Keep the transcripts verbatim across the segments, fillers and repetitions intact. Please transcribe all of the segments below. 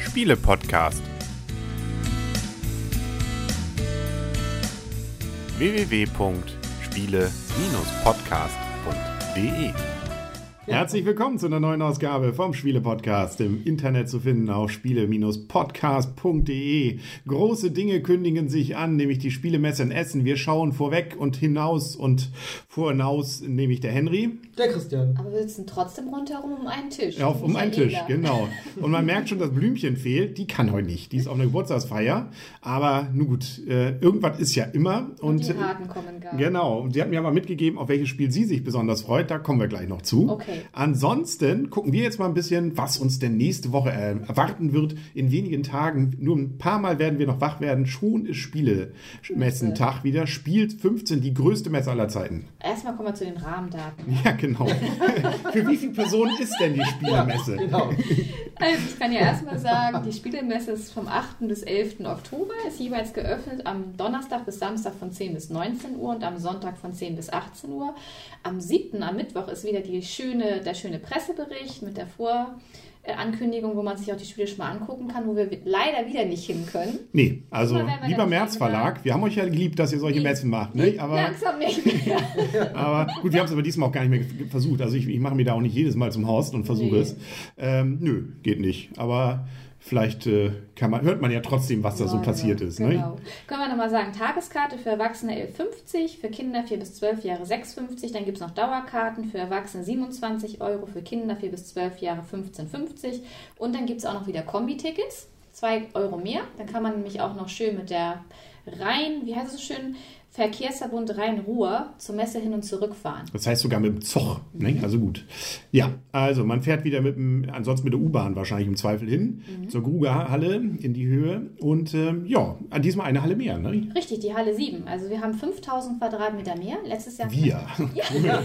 Spiele-Podcast. w w w punkt spiele Bindestrich podcast punkt de Herzlich willkommen zu einer neuen Ausgabe vom Spiele-Podcast, im Internet zu finden auf spiele Bindestrich podcast punkt de. Große Dinge kündigen sich an, nämlich die Spielemesse in Essen. Wir schauen vorweg und hinaus und vorhinaus, nämlich der Henry. Der Christian. Aber wir sitzen trotzdem rundherum um einen Tisch. Ja, auf, um einen Tisch, genau. Und man merkt schon, dass Blümchen fehlt. Die kann heute nicht. Die ist auf einer Geburtstagsfeier. Aber nun gut, äh, irgendwas ist ja immer. Und, und die Harten kommen gar. Genau. Und sie hat mir aber mitgegeben, auf welches Spiel sie sich besonders freut. Da kommen wir gleich noch zu. Okay. Ansonsten gucken wir jetzt mal ein bisschen, was uns denn nächste Woche äh, erwarten wird. In wenigen Tagen, nur ein paar Mal werden wir noch wach werden. Schon ist Spielemessentag wieder. Spielt fünfzehn, die größte Messe aller Zeiten. Erstmal kommen wir zu den Rahmendaten. Ja, genau. Für wie viele Personen ist denn die Spielemesse? Ja, genau. Also ich kann ja erstmal sagen, die Spielemesse ist vom achten bis elften Oktober, ist jeweils geöffnet am Donnerstag bis Samstag von zehn bis neunzehn Uhr und am Sonntag von zehn bis achtzehn Uhr. Am siebten, am Mittwoch, ist wieder die schöne, der schöne Pressebericht mit der Vorankündigung, wo man sich auch die Spiele schon mal angucken kann, wo wir leider wieder nicht hin können. Nee, also lieber März Verlag, wir haben euch ja geliebt, dass ihr solche nee, Messen macht. Ne? Aber, langsam nicht mehr. Aber gut, wir haben es aber diesmal auch gar nicht mehr versucht. Also ich, ich mache mir da auch nicht jedes Mal zum Horst und versuche nee. es. Ähm, nö, geht nicht. Aber vielleicht äh, kann man, hört man ja trotzdem, was da ja, so passiert genau, ist. Genau. Ne? Können wir nochmal sagen, Tageskarte für Erwachsene elf fünfzig, für Kinder vier bis zwölf Jahre sechs fünfzig, dann gibt es noch Dauerkarten für Erwachsene siebenundzwanzig Euro, für Kinder vier bis zwölf Jahre fünfzehn fünfzig und dann gibt es auch noch wieder Kombi-Tickets, zwei Euro mehr, dann kann man nämlich auch noch schön mit der Rhein, wie heißt es so schön, Verkehrsverbund Rhein-Ruhr zur Messe hin und zurück fahren. Das heißt sogar mit dem Zug, ne? Also gut. Ja, also man fährt wieder mit dem, ansonsten mit der U-Bahn wahrscheinlich im Zweifel hin, mhm. zur Grugerhalle in die Höhe und ähm, ja, diesmal eine Halle mehr, ne? Richtig, die Halle sieben. Also wir haben fünftausend Quadratmeter mehr. Letztes Jahr... Wir? Ja.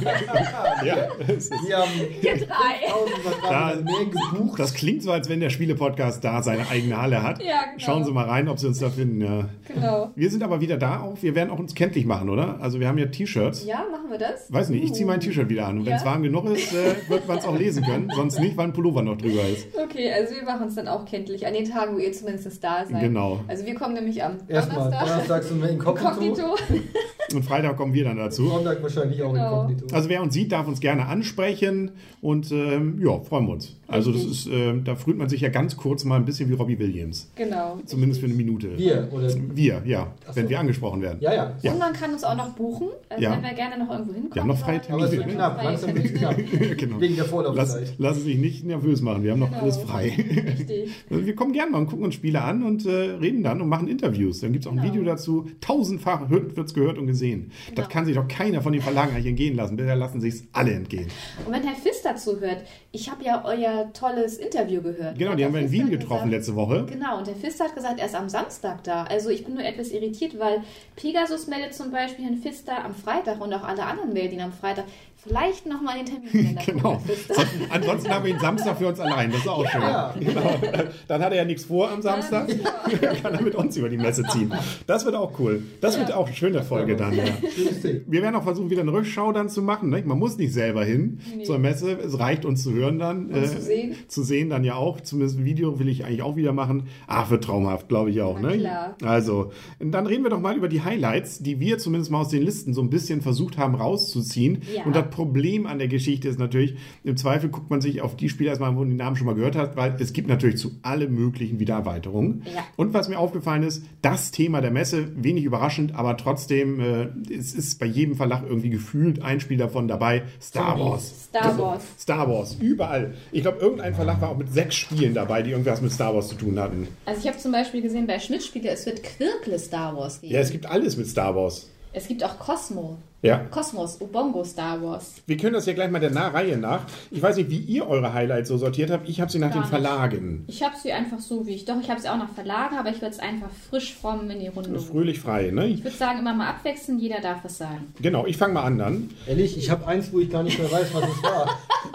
ja. Wir haben fünftausend Quadratmeter mehr gebucht. Das klingt so, als wenn der Spiele-Podcast da seine eigene Halle hat. Ja, genau. Schauen Sie mal rein, ob Sie uns da finden. Ja. Genau. Wir sind aber wieder da auch. Wir werden auch uns kenntlich machen, oder? Also wir haben ja T-Shirts. Ja, machen wir das? Weiß nicht, ich ziehe mein T-Shirt wieder an. Und wenn es ja? warm genug ist, äh, wird man es auch lesen können. Sonst nicht, weil ein Pullover noch drüber ist. Okay, also wir machen uns dann auch kenntlich. An den Tagen, wo ihr zumindest da seid. Genau. Also wir kommen nämlich am Erstmal, Donnerstag. Donnerstag sind wir inkognito. Inkognito. Und Freitag kommen wir dann dazu. Sonntag wahrscheinlich auch genau. inkognito. Also wer uns sieht, darf uns gerne ansprechen. Und ähm, ja, freuen wir uns. Also das ist, äh, da fühlt man sich ja ganz kurz mal ein bisschen wie Robbie Williams. Genau. Zumindest für eine Minute. Wir, oder? Wir, ja. So. Wenn wir angesprochen werden. Ja, ja. ja. Und man kann uns auch noch buchen, also ja. wenn wir gerne noch irgendwo hinkommen. Wir haben noch freie Termine. Aber es wird knapp, langsam wird es knapp. Genau. Wegen der Vorlaufzeit. Lass, lassen Sie sich nicht nervös machen, wir haben noch genau. alles frei. Richtig. Also wir kommen gerne mal und gucken uns Spiele an und äh, reden dann und machen Interviews. Dann gibt es auch ein genau. Video dazu. Tausendfach wird es gehört und gesehen. Genau. Das kann sich doch keiner von den Verlagen eigentlich entgehen lassen. Bisher lassen sich es alle entgehen. Und wenn Herr Fiss dazu hört, ich habe ja euer tolles Interview gehört. Genau, die haben wir in Wien getroffen gesagt, letzte Woche. Genau, und Herr Fiss hat gesagt, er ist am Samstag da. Also ich bin nur etwas irritiert, weil Pegasus meldet zum Beispiel Herrn Fister am Freitag und auch alle anderen melden ihn am Freitag. Vielleicht nochmal den Termin. Genau. Ansonsten haben wir ihn Samstag für uns allein. Das ist auch schön. Ja. Genau. Dann hat er ja nichts vor am Samstag. Ja. Dann kann er mit uns über die Messe ziehen. Das wird auch cool. Das ja. wird auch eine schöne Folge dann. Ja. Wir werden auch versuchen, wieder eine Rückschau dann zu machen. Ne? Man muss nicht selber hin nee. zur Messe. Es reicht uns zu hören dann. Und äh, zu sehen. Zu sehen dann ja auch. Zumindest ein Video will ich eigentlich auch wieder machen. Ach, wird traumhaft, glaube ich auch. Na ne? klar. Also, dann reden wir doch mal über die Highlights, die wir zumindest mal aus den Listen so ein bisschen versucht haben rauszuziehen. Ja. Und das Problem an der Geschichte ist natürlich, im Zweifel guckt man sich auf die Spiele erstmal, wo man den Namen schon mal gehört hat, weil es gibt natürlich zu alle möglichen Wiedererweiterungen. Ja. Und was mir aufgefallen ist, das Thema der Messe, wenig überraschend, aber trotzdem, äh, es ist bei jedem Verlag irgendwie gefühlt ein Spiel davon dabei, Star Wars. Star Wars. Star Wars, überall. Ich glaube, irgendein Verlag war auch mit sechs Spielen dabei, die irgendwas mit Star Wars zu tun hatten. Also ich habe zum Beispiel gesehen bei Schmidt-Spiele, es wird Quirkle Star Wars geben. Ja, es gibt alles mit Star Wars. Es gibt auch Cosmo. Ja. Kosmos, Ubongo Star Wars. Wir können das ja gleich mal der Reihe nach. Ich weiß nicht, wie ihr eure Highlights so sortiert habt. Ich habe sie nach Gar den Verlagen. Nicht. Ich habe sie einfach so, wie ich... Doch, ich habe sie auch nach Verlagen, aber ich würde es einfach frisch fromm in die Runde. Fröhlich frei, ne? Ich würde sagen, immer mal abwechseln, jeder darf was sagen. Genau, ich fange mal an dann. Ehrlich, ich habe eins, wo ich gar nicht mehr weiß, was es war.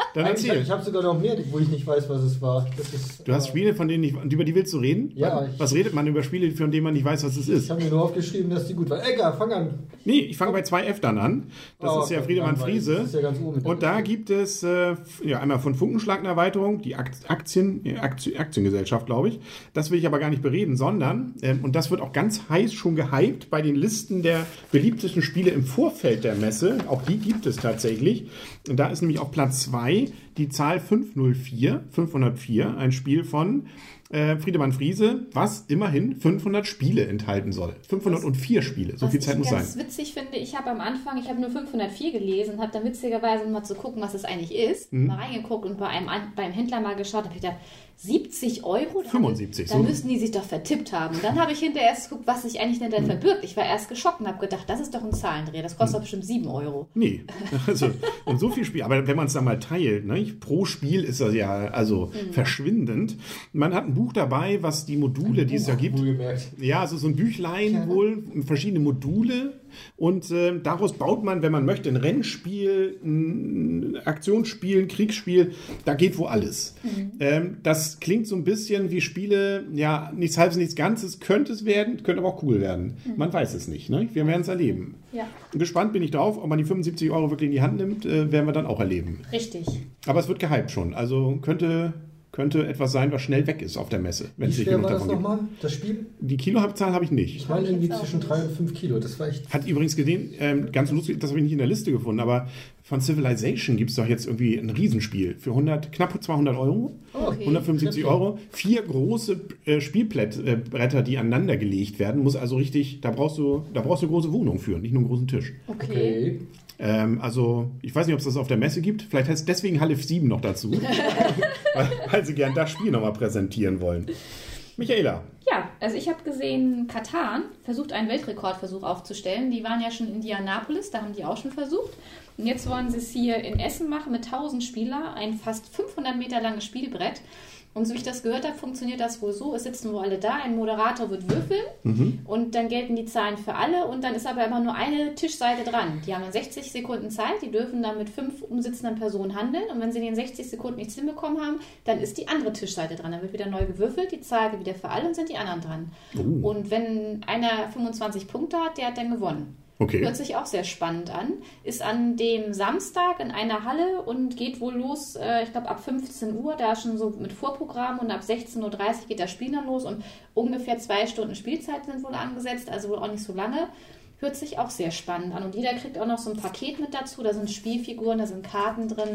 Dann erzähl. Ich, ich habe sogar noch mehr, wo ich nicht weiß, was es war. Das ist, du hast Spiele, von denen ich, über die willst du reden? Ja. Was redet man über Spiele, von denen man nicht weiß, was es ist? Ich habe mir nur aufgeschrieben, dass die gut waren. Egger, fang an. Nee, ich fange bei zwei F dann an. Das oh, ist ja Friedemann Friese. Das ist ja ganz oben. Und da gibt es äh, ja, einmal von Funkenschlag eine Erweiterung, die Aktien, Aktien, Aktiengesellschaft, glaube ich. Das will ich aber gar nicht bereden, sondern, äh, und das wird auch ganz heiß schon gehypt bei den Listen der beliebtesten Spiele im Vorfeld der Messe. Auch die gibt es tatsächlich. Und da ist nämlich auf Platz zwei die Zahl fünfhundertvier, fünfhundertvier, ein Spiel von äh, Friedemann Friese, was immerhin fünfhundert Spiele enthalten soll. fünfhundertvier Spiele, so viel Zeit muss sein. Was ich ganz witzig finde, ich habe am Anfang, ich habe nur fünfhundertvier gelesen und habe dann witzigerweise mal zu gucken, was das eigentlich ist, mhm. mal reingeguckt und bei einem beim Händler mal geschaut, habe ich gedacht, siebzig Euro? Da fünfundsiebzig. Da so. Müssten die sich doch vertippt haben. Dann habe ich hinterher erst geguckt, was sich eigentlich denn da verbirgt. Ich war erst geschockt und habe gedacht, das ist doch ein Zahlendreher. Das kostet doch bestimmt sieben Euro. Nee, also und so viel Spiel. Aber wenn man es dann mal teilt, ne, pro Spiel ist das ja also mhm. verschwindend. Man hat ein Buch dabei, was die Module, die es da gibt. Ja, also so ein Büchlein ja. wohl, verschiedene Module. Und äh, daraus baut man, wenn man möchte, ein Rennspiel, ein Aktionsspiel, ein Kriegsspiel. Da geht wohl alles. Mhm. Ähm, das klingt so ein bisschen wie Spiele, ja, nichts Halbes, nichts Ganzes. Könnte es werden, könnte aber auch cool werden. Mhm. Man weiß es nicht. Ne? Wir werden es erleben. Ja. Gespannt bin ich drauf, ob man die fünfundsiebzig Euro wirklich in die Hand nimmt, äh, werden wir dann auch erleben. Richtig. Aber es wird gehypt schon. Also könnte... könnte etwas sein, was schnell weg ist auf der Messe. Wenn Wie schwer war das nochmal, das Spiel? Die Kilozahl habe ich nicht. Ich meine irgendwie zwischen drei und fünf Kilo, das war echt... Hat übrigens gesehen, ähm, ganz lustig, das habe ich nicht in der Liste gefunden, aber von Civilization gibt es doch jetzt irgendwie ein Riesenspiel für hundert, knapp zweihundert Euro, okay. hundertfünfundsiebzig Euro. Vier große äh, Spielbretter, die aneinander gelegt werden, muss also richtig, da brauchst du, da brauchst du eine große Wohnung für, nicht nur einen großen Tisch. Okay. okay. Ähm, also, ich weiß nicht, ob es das auf der Messe gibt. Vielleicht heißt deswegen Halle sieben noch dazu. weil, weil sie gern das Spiel nochmal präsentieren wollen. Michaela. Ja, also ich habe gesehen, Katan versucht einen Weltrekordversuch aufzustellen. Die waren ja schon in Indianapolis, da haben die auch schon versucht. Und jetzt wollen sie es hier in Essen machen mit tausend Spieler, ein fast fünfhundert Meter langes Spielbrett. Und so wie ich das gehört habe, funktioniert das wohl so, es sitzen wohl alle da, ein Moderator wird würfeln mhm. und dann gelten die Zahlen für alle und dann ist aber immer nur eine Tischseite dran. Die haben dann sechzig Sekunden Zeit, die dürfen dann mit fünf umsitzenden Personen handeln und wenn sie in den sechzig Sekunden nichts hinbekommen haben, dann ist die andere Tischseite dran. Dann wird wieder neu gewürfelt, die Zahl geht wieder für alle und sind die anderen dran. Oh. Und wenn einer fünfundzwanzig Punkte hat, der hat dann gewonnen. Okay. Hört sich auch sehr spannend an. Ist an dem Samstag in einer Halle und geht wohl los, äh, ich glaube ab fünfzehn Uhr, da schon so mit Vorprogramm und ab sechzehn Uhr dreißig geht das Spiel dann los und ungefähr zwei Stunden Spielzeit sind wohl angesetzt, also wohl auch nicht so lange. Hört sich auch sehr spannend an und jeder kriegt auch noch so ein Paket mit dazu, da sind Spielfiguren, da sind Karten drin.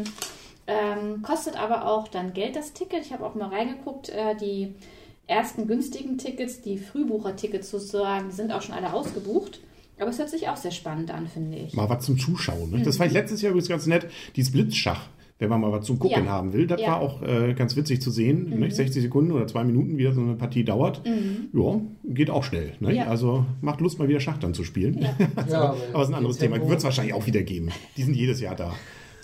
Ähm, kostet aber auch dann Geld das Ticket. Ich habe auch mal reingeguckt, äh, die ersten günstigen Tickets, die Frühbucher-Tickets sozusagen, die sind auch schon alle ausgebucht. Aber es hört sich auch sehr spannend an, finde ich. Mal was zum Zuschauen. Ne? Mhm. Das fand ich letztes Jahr übrigens ganz nett. Dieses Blitzschach, wenn man mal was zum Gucken ja. haben will. Das ja. war auch äh, ganz witzig zu sehen. Mhm. Ne? sechzig Sekunden oder zwei Minuten, wie so eine Partie dauert. Mhm. Ja, geht auch schnell. Ne? Ja. Also macht Lust, mal wieder Schach dann zu spielen. Ja. also, ja, aber, aber es ist ein anderes Thema. Wird es wahrscheinlich auch wieder geben. Die sind jedes Jahr da.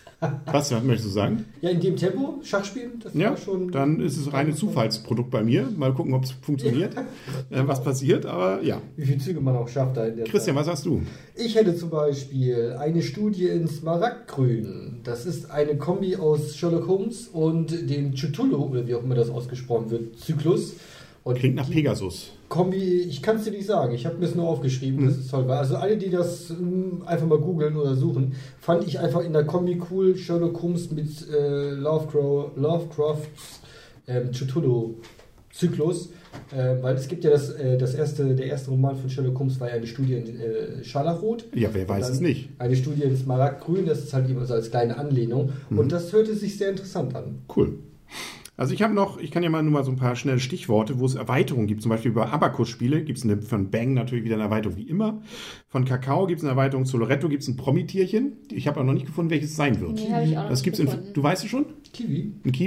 Was möchtest du sagen? Ja, in dem Tempo Schach spielen, das ja, war schon... dann ist es reines Zufallsprodukt bei mir. Mal gucken, ob es funktioniert, äh, was passiert, aber ja. Wie viele Züge man auch schafft da in der Christian, Zeit. Was hast du? Ich hätte zum Beispiel eine Studie in Smaragdgrün. Das ist eine Kombi aus Sherlock Holmes und dem Cthulhu, oder wie auch immer das ausgesprochen wird, Zyklus. Und klingt nach Pegasus. Kombi, ich kann es dir nicht sagen. Ich habe mir es nur aufgeschrieben, mhm. dass es toll war. Also alle, die das ähm, einfach mal googeln oder suchen, fand ich einfach in der Kombi cool. Sherlock Holmes mit äh, Lovecraft, Lovecrafts ähm, Cthulhu-Zyklus. Äh, weil es gibt ja das, äh, das erste, der erste Roman von Sherlock Holmes war ja eine Studie in äh, Scharlachrot. Ja, wer weiß es nicht. Eine Studie in Smaragdgrün, das ist halt immer so als kleine Anlehnung. Mhm. Und das hörte sich sehr interessant an. Cool. Also ich habe noch, ich kann ja mal nur mal so ein paar schnelle Stichworte, wo es Erweiterungen gibt. Zum Beispiel bei Abacus-Spiele gibt es von Bang natürlich wieder eine Erweiterung wie immer. Von Kakao gibt es eine Erweiterung, zu Loretto gibt es ein Promi-Tierchen. Ich habe aber noch nicht gefunden, welches es sein wird. Nee, habe ich auch noch das nicht gibt's in, Du weißt es schon? Kiwi. Ein Kiwi?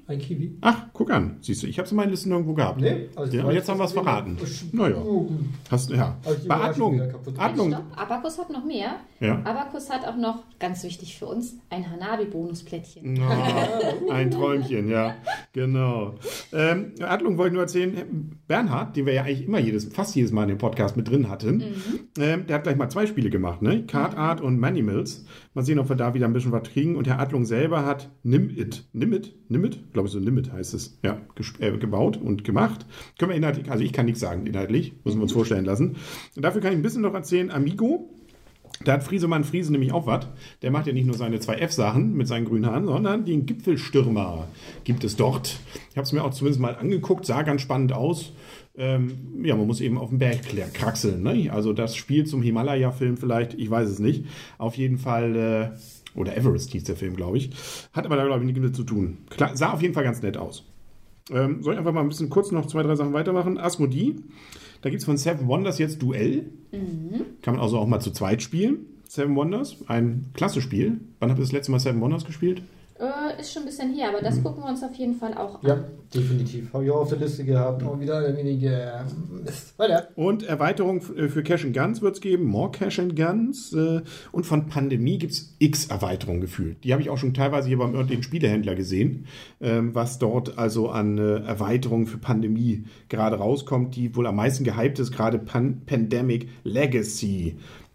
Ein Kiwi. Ach, guck an. Siehst du, ich habe es in meinen Listen irgendwo gehabt. Nee, also ja, und jetzt haben wir es verraten. Naja. Hast, ja. Bei Adlung. Adlung. Stopp, Abacus hat noch mehr. Ja. Abacus hat auch noch, ganz wichtig für uns, ein Hanabi-Bonusplättchen. Oh, ein Träumchen, ja. Genau. Ähm, Adlung wollte ich nur erzählen, Bernhard, den wir ja eigentlich immer jedes, fast jedes Mal in dem Podcast mit drin hatten, mhm. ähm, der hat gleich mal zwei Spiele gemacht, ne? Card Art und Manimals. Mal sehen, ob wir da wieder ein bisschen was kriegen. Und Herr Adlung selber hat Nimm It. Nimm It? Nimm It? Ich glaube, so Nimm It heißt es. Ja, äh, gebaut und gemacht. Können wir inhaltlich, also ich kann nichts sagen inhaltlich, müssen wir uns vorstellen lassen. Und dafür kann ich ein bisschen noch erzählen, Amigo. Da hat Friesemann Friese nämlich auch was. Der macht ja nicht nur seine zwei F-Sachen mit seinen grünen Haaren, sondern den Gipfelstürmer gibt es dort. Ich habe es mir auch zumindest mal angeguckt, sah ganz spannend aus. Ähm, ja, man muss eben auf den Berg kraxeln. Ne? Also das Spiel zum Himalaya-Film vielleicht, ich weiß es nicht. Auf jeden Fall, äh, oder Everest hieß der Film, glaube ich. Hat aber da, glaube ich, nichts mit zu tun. Klar, sah auf jeden Fall ganz nett aus. Ähm, soll ich einfach mal ein bisschen kurz noch zwei, drei Sachen weitermachen? Asmodee, da gibt es von Seven Wonders jetzt Duell. Mhm. Kann man also auch mal zu zweit spielen. Seven Wonders, ein klasse Spiel. Wann habt ihr das letzte Mal Seven Wonders gespielt? Äh, ist schon ein bisschen her, aber das mhm. gucken wir uns auf jeden Fall auch an. Ja, definitiv. Habe ich auch auf der Liste gehabt. Auch wieder eine wenige Mist. Weiter. Und Erweiterung für Cash and Guns wird es geben. More Cash and Guns. Und von Pandemie gibt es x Erweiterungen gefühlt. Die habe ich auch schon teilweise hier beim örtlichen Spielehändler gesehen, was dort also an Erweiterungen für Pandemie gerade rauskommt, die wohl am meisten gehypt ist, gerade Pan- Pandemic Legacy,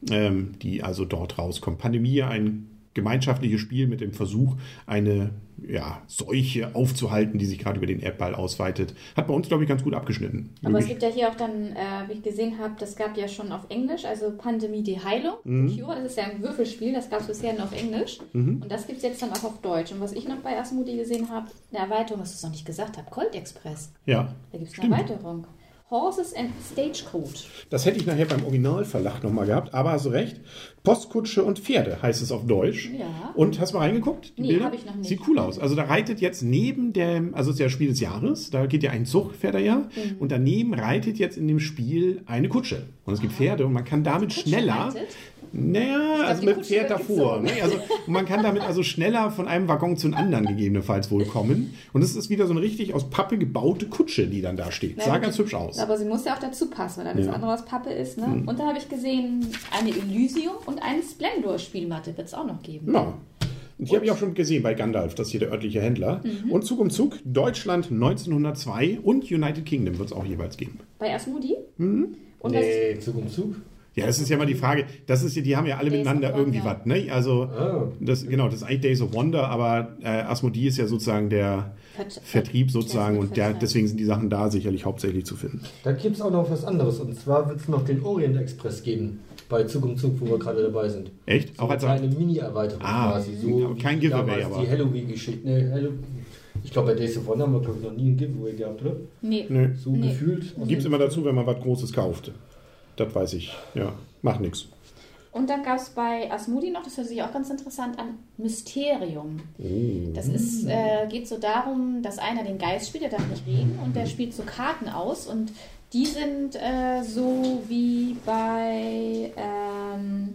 die also dort rauskommt. Pandemie, ein gemeinschaftliches Spiel mit dem Versuch, eine ja, Seuche aufzuhalten, die sich gerade über den Erdball ausweitet. Hat bei uns, glaube ich, ganz gut abgeschnitten. Aber Möglich. Es gibt ja hier auch dann, äh, wie ich gesehen habe, das gab ja schon auf Englisch, also Pandemie die Heilung, mhm. Cure, das ist ja ein Würfelspiel, das gab es bisher nur auf Englisch. Mhm. Und das gibt es jetzt dann auch auf Deutsch. Und was ich noch bei Asmodee gesehen habe, eine Erweiterung, was ich noch nicht gesagt habe, Colt Express. Ja, da gibt es eine Erweiterung. Horses and Stagecoach. Das hätte ich nachher beim Originalverlag nochmal gehabt, aber hast du recht. Postkutsche und Pferde heißt es auf Deutsch. Ja. Und hast du mal reingeguckt? Die nee, habe ich noch nicht. Sieht cool aus. Also da reitet jetzt neben dem, also es ist ja das Spiel des Jahres, da geht ja ein Zug, fährt er ja, mhm. und daneben reitet jetzt in dem Spiel eine Kutsche. Und es gibt Aha. Pferde und man kann damit schneller... Reitet? Naja, glaub, also mit dem Pferd davor. Ne? Also, man kann damit also schneller von einem Waggon zu einem anderen gegebenenfalls wohl kommen. Und es ist wieder so eine richtig aus Pappe gebaute Kutsche, die dann da steht. Sah ganz hübsch aus. Aber sie muss ja auch dazu passen, weil alles ja. andere aus Pappe ist. Ne? Mhm. Und da habe ich gesehen, eine Elysium und eine Splendor-Spielmatte wird es auch noch geben. Ja. Und die habe ich auch schon gesehen bei Gandalf, das ist hier der örtliche Händler. Mhm. Und Zug um Zug, Deutschland neunzehnhundertzwei und United Kingdom wird es auch jeweils geben. Bei Asmodee? Mhm. Und nee, Zug um Zug. Ja, das ist ja mal die Frage. Das ist, die haben ja alle Days miteinander irgendwie was, ne? Also, oh. das, genau, das ist eigentlich Days of Wonder, aber äh, Asmodee ist ja sozusagen der Vert- Vertrieb sozusagen und der, deswegen sind die Sachen da sicherlich hauptsächlich zu finden. Da gibt es auch noch was anderes und zwar wird es noch den Orient Express geben bei Zug um Zug, wo wir gerade dabei sind. Echt? So auch als eine Mini-Erweiterung ah, quasi. So kein Giveaway, aber. Die Halloween-Geschichte. Ne, Hallow- ich glaube, bei Days of Wonder haben wir glaube ich noch nie ein Giveaway gehabt, oder? Nee. nee. So nee. gefühlt. Gibt es immer dazu, wenn man was Großes kauft. Das weiß ich. Ja, macht nichts. Und dann gab es bei Asmodee noch, das hört sich auch ganz interessant an, Mysterium. Oh. Das ist, äh, geht so darum, dass einer den Geist spielt, der darf nicht reden und der spielt so Karten aus und die sind äh, so wie bei ähm,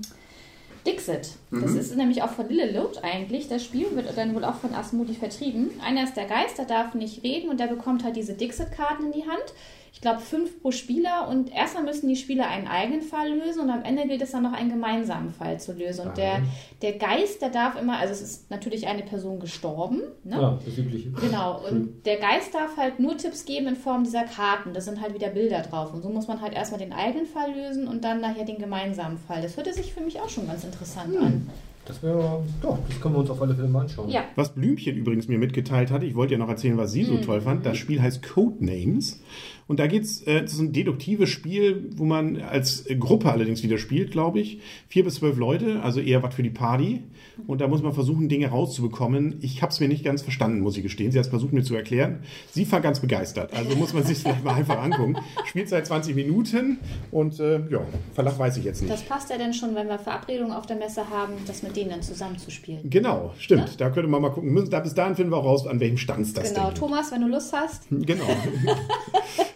Dixit. Das mhm. ist nämlich auch von Lillelud eigentlich. Das Spiel wird dann wohl auch von Asmodee vertrieben. Einer ist der Geist, der darf nicht reden und der bekommt halt diese Dixit-Karten in die Hand. Ich glaube, fünf pro Spieler und erstmal müssen die Spieler einen eigenen Fall lösen und am Ende gilt es dann noch einen gemeinsamen Fall zu lösen. Und der, der Geist, der darf immer, also es ist natürlich eine Person gestorben. Ne? Ja, das Übliche. Genau, und der Geist darf halt nur Tipps geben in Form dieser Karten. Das sind halt wieder Bilder drauf. Und so muss man halt erstmal den eigenen Fall lösen und dann nachher den gemeinsamen Fall. Das hörte sich für mich auch schon ganz interessant hm. an. Das wäre, doch, das können wir uns auf alle Fälle mal anschauen. Ja. Was Blümchen übrigens mir mitgeteilt hatte, ich wollte ja noch erzählen, was sie so mhm. toll fand, das Spiel heißt Codenames. Und da geht es, äh, das ist ein deduktives Spiel, wo man als Gruppe allerdings wieder spielt, glaube ich. Vier bis zwölf Leute, also eher was für die Party. Und da muss man versuchen, Dinge rauszubekommen. Ich habe es mir nicht ganz verstanden, muss ich gestehen. Sie hat es versucht, mir zu erklären. Sie war ganz begeistert. Also muss man sich vielleicht mal einfach angucken. Spielt seit zwanzig Minuten und äh, ja, Verlag weiß ich jetzt nicht. Das passt ja dann schon, wenn wir Verabredungen auf der Messe haben, das mit denen dann zusammen zu spielen. Genau, stimmt. Ja? Da könnte man mal gucken. Da, bis dahin finden wir auch raus, an welchem Stand das Genau, denn Thomas, wenn du Lust hast. Genau.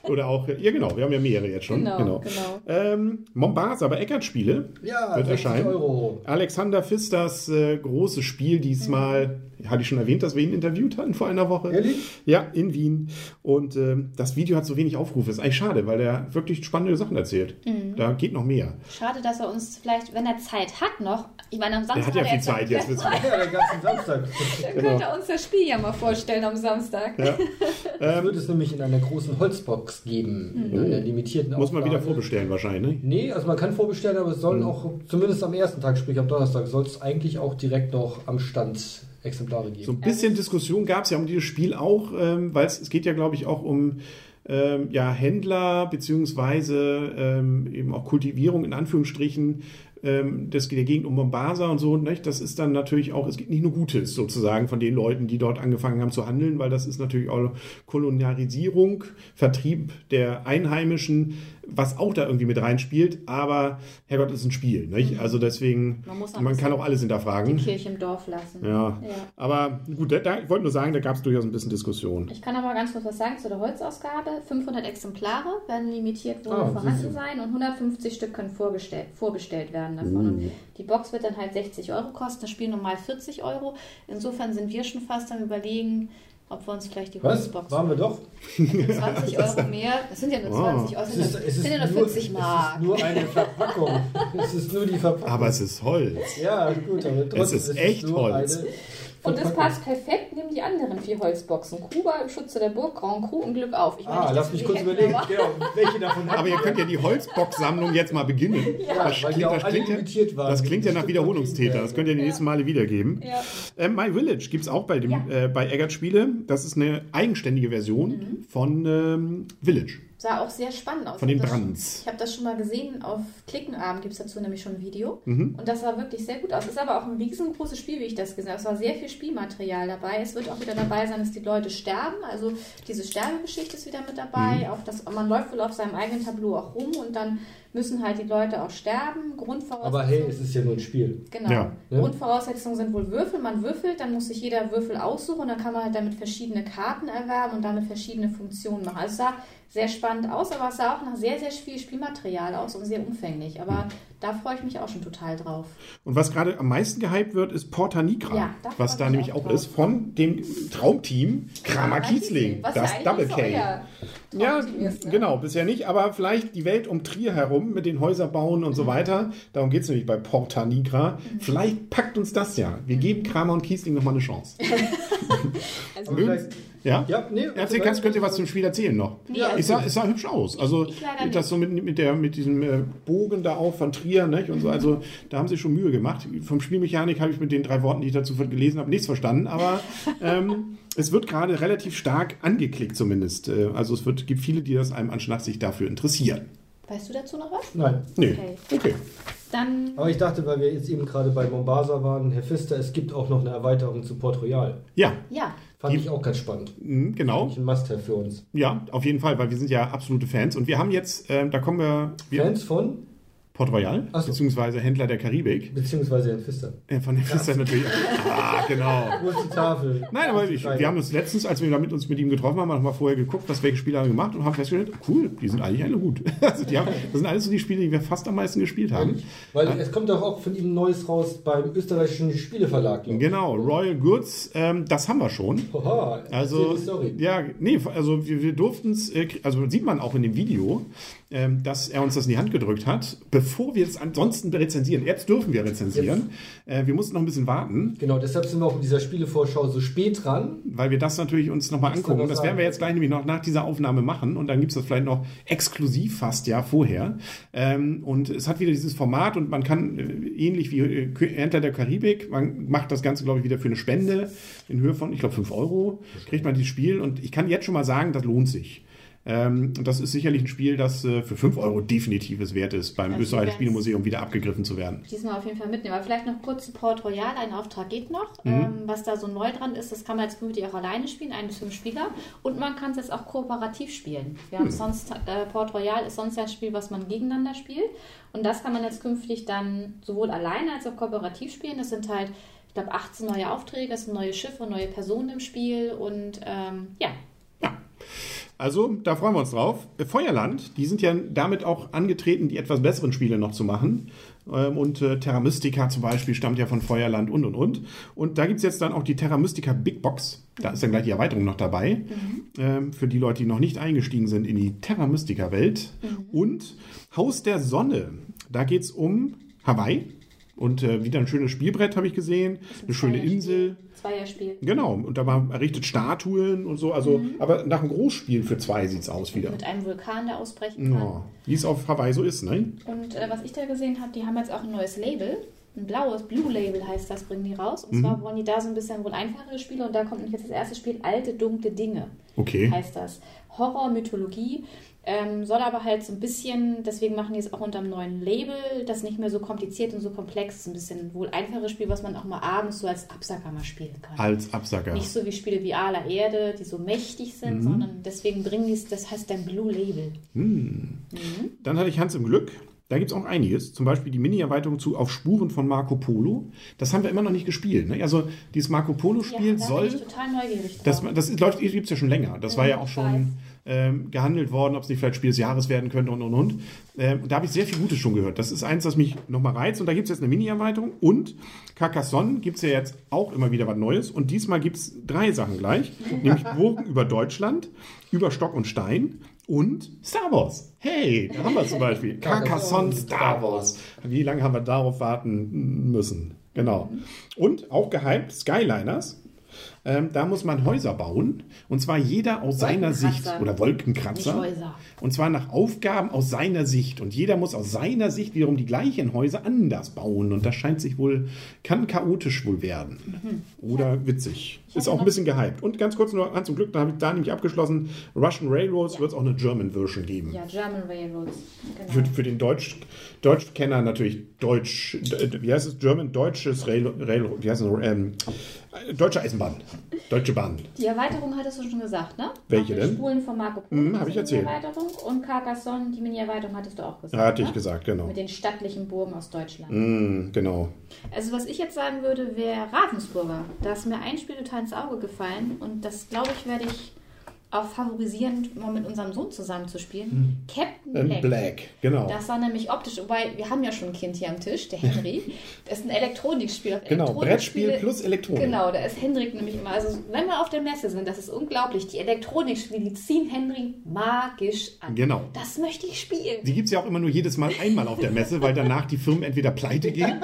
Oder auch, ja genau, wir haben ja mehrere jetzt schon. Genau, genau. genau. Ähm, Mombasa, aber Eckert-Spiele Ja, wird erscheinen. Euro. Alexander Pfisters äh, großes Spiel diesmal, mhm. hatte ich schon erwähnt, dass wir ihn interviewt hatten vor einer Woche. Ehrlich? Ja, in Wien. Und ähm, das Video hat so wenig Aufrufe. Ist eigentlich schade, weil er wirklich spannende Sachen erzählt. Mhm. Da geht noch mehr. Schade, dass er uns vielleicht, wenn er Zeit hat noch, ich meine am Samstag... Er hat ja viel Zeit jetzt. Wird's ja, den ganzen Samstag. Dann genau. könnte er uns das Spiel ja mal vorstellen am Samstag. Ja. Das ähm, wird es nämlich in einer großen Holzbox geben. Mhm. In einer limitierten Muss man Auflage. wieder vorbestellen wahrscheinlich, ne? Nee, also man kann vorbestellen, aber es sollen mhm. auch, zumindest am ersten Tag, sprich am Donnerstag, soll es eigentlich auch direkt noch am Stand Exemplare geben. So ein bisschen also, Diskussion gab es ja um dieses Spiel auch, ähm, weil es geht ja, glaube ich, auch um ähm, ja, Händler beziehungsweise ähm, eben auch Kultivierung in Anführungsstrichen ähm, des, der Gegend um Mombasa und so. Nicht? Das ist dann natürlich auch, es gibt nicht nur Gutes sozusagen von den Leuten, die dort angefangen haben zu handeln, weil das ist natürlich auch Kolonialisierung, Vertrieb der Einheimischen, was auch da irgendwie mit reinspielt, aber Herrgott, ist ein Spiel, nicht? Also deswegen, man, muss man kann auch alles hinterfragen. Die Kirche im Dorf lassen. Ja, ja. Aber gut, da, da, ich wollte nur sagen, da gab es durchaus ein bisschen Diskussion. Ich kann aber ganz kurz was sagen zu der Holzausgabe. fünfhundert Exemplare werden limitiert wohl ah, vorhanden sein und hundertfünfzig Stück können vorgestellt, vorbestellt werden davon. Uh. Und die Box wird dann halt sechzig Euro kosten, das Spiel normal vierzig Euro. Insofern sind wir schon fast am Überlegen, ob wir uns vielleicht die Holzbox... Was? Waren wir doch? zwanzig Euro mehr. Das sind ja nur zwanzig Euro. Das sind, sind ja nur vierzig Mark. Es ist nur eine Verpackung. Es ist nur die Verpackung. Aber es ist Holz. Ja, gut, aber trotzdem es ist, es echt ist nur Holz. Eine Und es passt perfekt neben die anderen vier Holzboxen. Kuba im Schutze der Burg, Grand Cru und Glück auf. Ich ah, lass mich kurz überlegen, genau, welche davon aber ihr könnt ja die Holzbox-Sammlung jetzt mal beginnen. Ja, das weil klingt, die auch das alle klingt, limitiert ja, waren. das klingt ja nach Wiederholungstäter. Das könnt ihr die ja. nächsten Male wiedergeben. Ja. Ähm, My Village gibt es auch bei, dem, ja. äh, bei Eggert Spiele. Das ist eine eigenständige Version mhm. von ähm, Village. Sah auch sehr spannend aus. Von den Brands. Ich habe das schon mal gesehen, auf Klickenabend gibt es dazu nämlich schon ein Video. Mhm. Und das sah wirklich sehr gut aus. Es ist aber auch ein riesengroßes Spiel, wie ich das gesehen habe. Es war sehr viel Spielmaterial dabei. Es wird auch wieder dabei sein, dass die Leute sterben. Also diese Sterbegeschichte ist wieder mit dabei. Mhm. Auch das, man läuft wohl auf seinem eigenen Tableau auch rum und dann müssen halt die Leute auch sterben. Grundvoraussetzungen. Aber hey, es ist ja nur ein Spiel. Genau. Ja. Grundvoraussetzungen sind wohl Würfel. Man würfelt, dann muss sich jeder Würfel aussuchen und dann kann man halt damit verschiedene Karten erwerben und damit verschiedene Funktionen machen. Also es sah sehr spannend aus, aber es sah auch nach sehr, sehr viel Spielmaterial aus und sehr umfänglich. Aber da freue ich mich auch schon total drauf. Und was gerade am meisten gehypt wird, ist Porta Nigra, ja, was da nämlich auch, auch ist, von dem Traumteam Kramer Kiesling, was das ja Double K. Ja, ist, ne? Genau, bisher nicht, aber vielleicht die Welt um Trier herum mit den Häuser bauen und mhm. so weiter. Darum geht es nämlich bei Porta Nigra. Mhm. Vielleicht packt uns das ja. Wir geben Kramer und Kiesling nochmal eine Chance. also Mögen, ja? Ja, nee, Erzähl, kannst, könnt ihr was zum Spiel erzählen noch? Nee, es, sah, es sah hübsch aus. Also ich, ich das so mit, mit, der, mit diesem äh, Bogen da auch von Trier, nicht? Und so, also da haben sie schon Mühe gemacht. Vom Spielmechanik habe ich mit den drei Worten, die ich dazu gelesen habe, nichts verstanden. Aber ähm, es wird gerade relativ stark angeklickt zumindest. Also es wird, gibt viele, die das einem nach sich dafür interessieren. Weißt du dazu noch was? Nein. Nee. Okay. okay. Dann Aber ich dachte, weil wir jetzt eben gerade bei Mombasa waren, Herr Pfister, es gibt auch noch eine Erweiterung zu Port Royal. Ja. Ja. Fand die, ich auch ganz spannend. Mh, genau. Ein Must-have für uns. Ja, auf jeden Fall, weil wir sind ja absolute Fans. Und wir haben jetzt, äh, da kommen wir... wir Fans von? Port Royal, so. Beziehungsweise Händler der Karibik. Beziehungsweise Herrn Pfister. Äh, von Herrn Pfister natürlich. Ah, genau. Wo ist die Tafel? Nein, aber ich, wir haben uns letztens, als wir damit uns mit ihm getroffen haben, haben wir mal vorher geguckt, was welche Spiele haben wir gemacht und haben festgestellt, cool, die sind eigentlich alle gut. Also die haben, das sind alles so die Spiele, die wir fast am meisten gespielt haben. Weil ja. es kommt doch auch von ihm Neues raus beim österreichischen Spieleverlag. Genau, Royal Goods, ähm, das haben wir schon. Oha, also, sorry. Ja, nee, also wir, wir durften es, äh, also sieht man auch in dem Video, ähm, dass er uns das in die Hand gedrückt hat, bevor wir es ansonsten rezensieren. Jetzt dürfen wir rezensieren. Äh, wir mussten noch ein bisschen warten. Genau, deshalb sind wir auch in dieser Spielevorschau so spät dran. Weil wir das natürlich uns nochmal angucken. Das werden wir jetzt gleich nämlich noch nach dieser Aufnahme machen und dann gibt es das vielleicht noch exklusiv fast ja vorher. Ähm, und es hat wieder dieses Format und man kann, äh, ähnlich wie äh, Händler der Karibik, man macht das Ganze, glaube ich, wieder für eine Spende in Höhe von, ich glaube, fünf Euro, kriegt man dieses Spiel und ich kann jetzt schon mal sagen, das lohnt sich. Ähm, und das ist sicherlich ein Spiel, das äh, für fünf Euro definitiv es wert ist, beim also Österreichischen Spielemuseum wieder abgegriffen zu werden. Diesmal auf jeden Fall mitnehmen. Aber vielleicht noch kurz zu Port Royal. Ein Auftrag geht noch. Mhm. Ähm, was da so neu dran ist, das kann man jetzt künftig auch alleine spielen, ein bis fünf Spieler. Und man kann es jetzt auch kooperativ spielen. Wir haben mhm. sonst, äh, Port Royal ist sonst ja ein Spiel, was man gegeneinander spielt. Und das kann man jetzt künftig dann sowohl alleine als auch kooperativ spielen. Das sind halt, ich glaube, achtzehn neue Aufträge, es sind neue Schiffe, neue Personen im Spiel und ähm, ja. Ja. Also, da freuen wir uns drauf. Feuerland, die sind ja damit auch angetreten, die etwas besseren Spiele noch zu machen. Und äh, Terra Mystica zum Beispiel stammt ja von Feuerland und, und, und. Und da gibt es jetzt dann auch die Terra Mystica Big Box. Da ist dann gleich die Erweiterung noch dabei. Mhm. Ähm, für die Leute, die noch nicht eingestiegen sind in die Terra Mystica Welt. Mhm. Und Haus der Sonne. Da geht es um Hawaii. Und äh, wieder ein schönes Spielbrett, habe ich gesehen. Ein eine schöne Insel. Zweierspiel. Genau. Und da war errichtet Statuen und so. Also, mhm. Aber nach einem Großspiel für zwei sieht es aus wieder. Mit einem Vulkan, der ausbrechen kann. Ja, wie es auf Hawaii so ist, ne? Und äh, was ich da gesehen habe, die haben jetzt auch ein neues Label. Ein blaues Blue Label heißt das, bringen die raus. Und mhm. zwar wollen die da so ein bisschen wohl einfachere Spiele. Und da kommt nämlich jetzt das erste Spiel, Alte, dunkle Dinge. Okay. Heißt das. Horror, Mythologie. Ähm, soll aber halt so ein bisschen, deswegen machen die es auch unter einem neuen Label, das nicht mehr so kompliziert und so komplex ist. Ein bisschen wohl einfaches Spiel, was man auch mal abends so als Absacker mal spielen kann. Als Absacker. Nicht so wie Spiele wie Ala Erde, die so mächtig sind, mhm. sondern deswegen bringen die es, das heißt dann Blue Label. Mhm. Mhm. Dann hatte ich Hans im Glück. Da gibt es auch einiges, zum Beispiel die Mini-Erweiterung zu Auf Spuren von Marco Polo. Das haben wir immer noch nicht gespielt. Ne? Also dieses Marco Polo-Spiel ja, da soll... bin ich total neugierig das, das läuft, gibt es ja schon länger. Das ja, war ja auch schon ähm, gehandelt worden, ob es nicht vielleicht Spiel des Jahres werden könnte und, und, und. Ähm, da habe ich sehr viel Gutes schon gehört. Das ist eins, das mich nochmal reizt. Und da gibt es jetzt eine Mini-Erweiterung. Und Carcassonne gibt es ja jetzt auch immer wieder was Neues. Und diesmal gibt es drei Sachen gleich. Nämlich Burgen über Deutschland, über Stock und Stein und Star Wars. Hey, da haben wir zum Beispiel Carcassonne Star Wars. Wie lange haben wir darauf warten müssen? Genau. Und auch gehypt Skyliners. Ähm, da muss man Häuser bauen. Und zwar jeder aus seiner Sicht. Oder Wolkenkratzer. Und zwar nach Aufgaben aus seiner Sicht. Und jeder muss aus seiner Sicht wiederum die gleichen Häuser anders bauen. Und das scheint sich wohl, kann chaotisch wohl werden. Mhm. Oder ja. witzig. Ist auch ein bisschen gehypt. Und ganz kurz nur, zum Glück, da habe ich da nämlich abgeschlossen, Russian Railroads ja. wird es auch eine German-Version geben. Ja, German Railroads. Genau. Für, für den Deutsch, Deutschkenner natürlich Deutsch, wie heißt es? German, deutsches Railroad, Railroad wie heißt es? Ähm, Deutsche Eisenbahn. Deutsche Bahn. Die Erweiterung hattest du schon gesagt, ne? Welche denn? Spulen von Marco Polo. Mhm, habe ich erzählt. Erweiterung. Und Carcassonne, die Mini-Erweiterung hattest du auch gesagt. Ja, hatte ne? ich gesagt, genau. Mit den stattlichen Burgen aus Deutschland. Mhm, genau. Also was ich jetzt sagen würde, wäre Ravensburger. Da ist mir ein Spiel total ins Auge gefallen und das, glaube ich, werde ich auch favorisieren, mal mit unserem Sohn zusammen zu spielen. Hm. Captain Black. Black. Genau. Das war nämlich optisch, wobei wir haben ja schon ein Kind hier am Tisch, der Henry. Das ist ein Elektronikspiel. Genau, Brettspiel plus Elektronik. Genau, da ist Hendrik nämlich immer, also wenn wir auf der Messe sind, das ist unglaublich, die Elektronikspiele, die ziehen Henry magisch an. Genau. Das möchte ich spielen. Die gibt es ja auch immer nur jedes Mal einmal auf der Messe, weil danach die Firmen entweder pleite gehen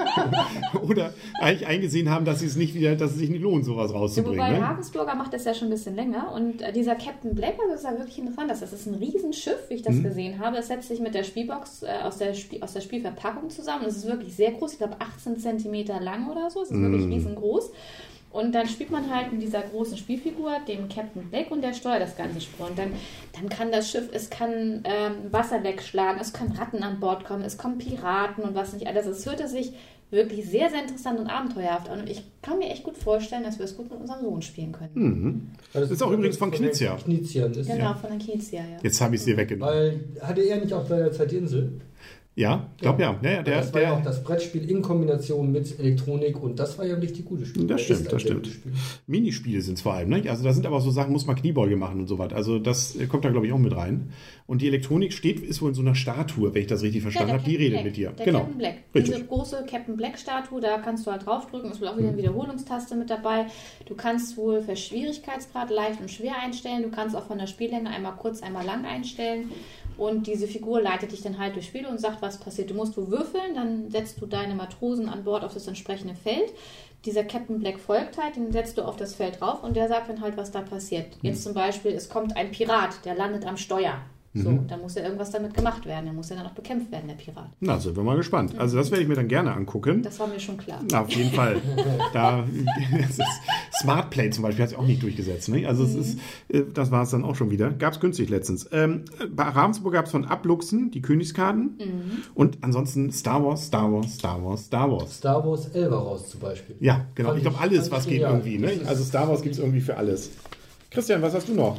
oder eigentlich eingesehen haben, dass sie es nicht wieder, dass es sich nicht lohnt, sowas rauszubringen. Wobei ne? Ravensburger macht das ja schon ein bisschen länger und äh, dieser Captain Black, das ist ja wirklich interessant. Das ist ein Riesenschiff, wie ich das mhm. gesehen habe. Es setzt sich mit der Spielbox äh, aus, der Spiel, aus der Spielverpackung zusammen. Es ist wirklich sehr groß. Ich glaube achtzehn Zentimeter lang oder so. Es ist mhm. wirklich riesengroß. Und dann spielt man halt mit dieser großen Spielfigur, dem Captain Black, und der steuert das ganze Spiel. Und dann, dann kann das Schiff, es kann ähm, Wasser wegschlagen, es können Ratten an Bord kommen, es kommen Piraten und was nicht alles. Es hörte sich wirklich sehr, sehr interessant und abenteuerhaft an. Und ich kann mir echt gut vorstellen, dass wir es gut mit unserem Sohn spielen können. Mhm. Das ist auch übrigens von Knizia. Knizia ist genau, ja. von der Knizia, ja. Jetzt habe ich es dir weggenommen. Weil, hatte er nicht auch bei der Zeit die Insel? Ja, ich glaube ja. ja. ja der, das war der, ja auch das Brettspiel in Kombination mit Elektronik und das war ja ein richtig gutes Spiel. Das stimmt, das stimmt. Minispiele sind es vor allem. Ne? Also da sind aber so Sachen, muss man Kniebeuge machen und so was. Also das kommt da glaube ich auch mit rein. Und die Elektronik steht, ist wohl in so einer Statue, wenn ich das richtig verstanden ja, habe. Die redet Black. mit dir. Der genau. Captain Black. Richtig. Diese große Captain Black Statue, da kannst du halt draufdrücken. Es wird auch wieder eine Wiederholungstaste mit dabei. Du kannst wohl für Schwierigkeitsgrad leicht und schwer einstellen. Du kannst auch von der Spiellänge einmal kurz, einmal lang einstellen. Und diese Figur leitet dich dann halt durch Spiele und sagt, was passiert. Du musst wo würfeln, dann setzt du deine Matrosen an Bord auf das entsprechende Feld. Dieser Captain Black folgt halt, den setzt du auf das Feld drauf und der sagt dann halt, was da passiert. Jetzt zum Beispiel, es kommt ein Pirat, der landet am Steuer. So, mhm. da muss ja irgendwas damit gemacht werden. Der muss ja dann auch bekämpft werden, der Pirat. Na, sind wir mal gespannt. Also das werde ich mir dann gerne angucken. Das war mir schon klar. Na, auf jeden Fall. da, das ist Smart Play zum Beispiel hat sich auch nicht durchgesetzt. Ne? Also mhm. es ist, das war es dann auch schon wieder. Gab es günstig letztens. Ähm, bei Ravensburg gab es von Abluchsen die Königskarten. Mhm. Und ansonsten Star Wars, Star Wars, Star Wars, Star Wars. Star Wars Elvaros zum Beispiel. Ja, genau. Fand ich glaube alles, was geht irgendwie. Ne? Also Star Wars gibt es irgendwie für alles. Christian, was hast du noch?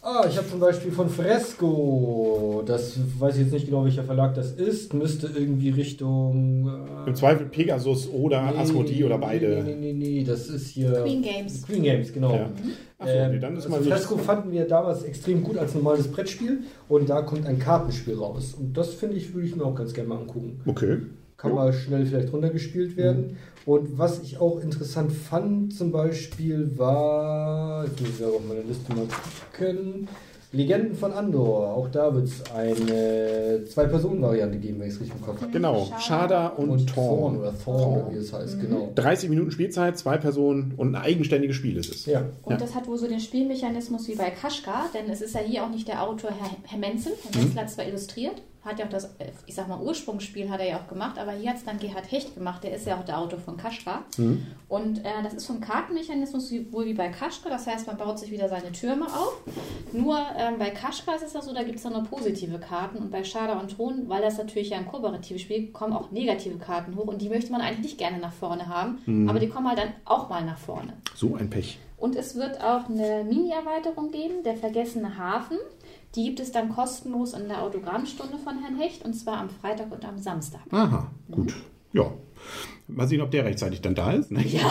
Ah, ich habe zum Beispiel von Fresco, das weiß ich jetzt nicht genau, welcher Verlag das ist, müsste irgendwie Richtung... Äh, Im Zweifel Pegasus oder nee, Asmodee oder beide. Nee, nee, nee, nee, das ist hier... Queen Games. Queen Games, genau. Ja. Achso, Ähm, nee, dann ist also mal Fresco fanden wir damals extrem gut als normales Brettspiel und da kommt ein Kartenspiel raus. Und das finde ich, würde ich mir auch ganz gerne mal angucken. Okay. Kann mal schnell vielleicht runtergespielt werden. Mhm. Und was ich auch interessant fand zum Beispiel war, jetzt muss ich ja auf meine Liste mal gucken, Legenden von Andor. Auch da wird es eine Zwei-Personen-Variante geben, wenn ich es richtig im Kopf habe. Genau, Shada und, und Thorn. oder Thorn, oder wie es heißt, mhm. genau. dreißig Minuten Spielzeit, zwei Personen und ein eigenständiges Spiel ist es. Ja. Und ja. das hat wohl so den Spielmechanismus wie bei Kaschka, denn es ist ja hier auch nicht der Autor Herr, Herr Menzel. Herr Menzel mhm. hat zwar illustriert, hat ja auch das, ich sag mal, Ursprungsspiel hat er ja auch gemacht, aber hier hat es dann Gerhard Hecht gemacht, der ist ja auch der Autor von Kaschka. Mhm. Und äh, das ist vom Kartenmechanismus wohl wie bei Kaschka, das heißt, man baut sich wieder seine Türme auf. Nur ähm, bei Kaschka ist es ja so, da gibt es dann nur positive Karten und bei Shada und Thron, weil das natürlich ja ein kooperatives Spiel, kommen auch negative Karten hoch und die möchte man eigentlich nicht gerne nach vorne haben, mhm. aber die kommen halt dann auch mal nach vorne. So ein Pech. Und es wird auch eine Mini-Erweiterung geben, der vergessene Hafen. Die gibt es dann kostenlos in der Autogrammstunde von Herrn Hecht und zwar am Freitag und am Samstag. Aha, gut. Mhm. Ja. Mal sehen, ob der rechtzeitig dann da ist. Ne? Ja.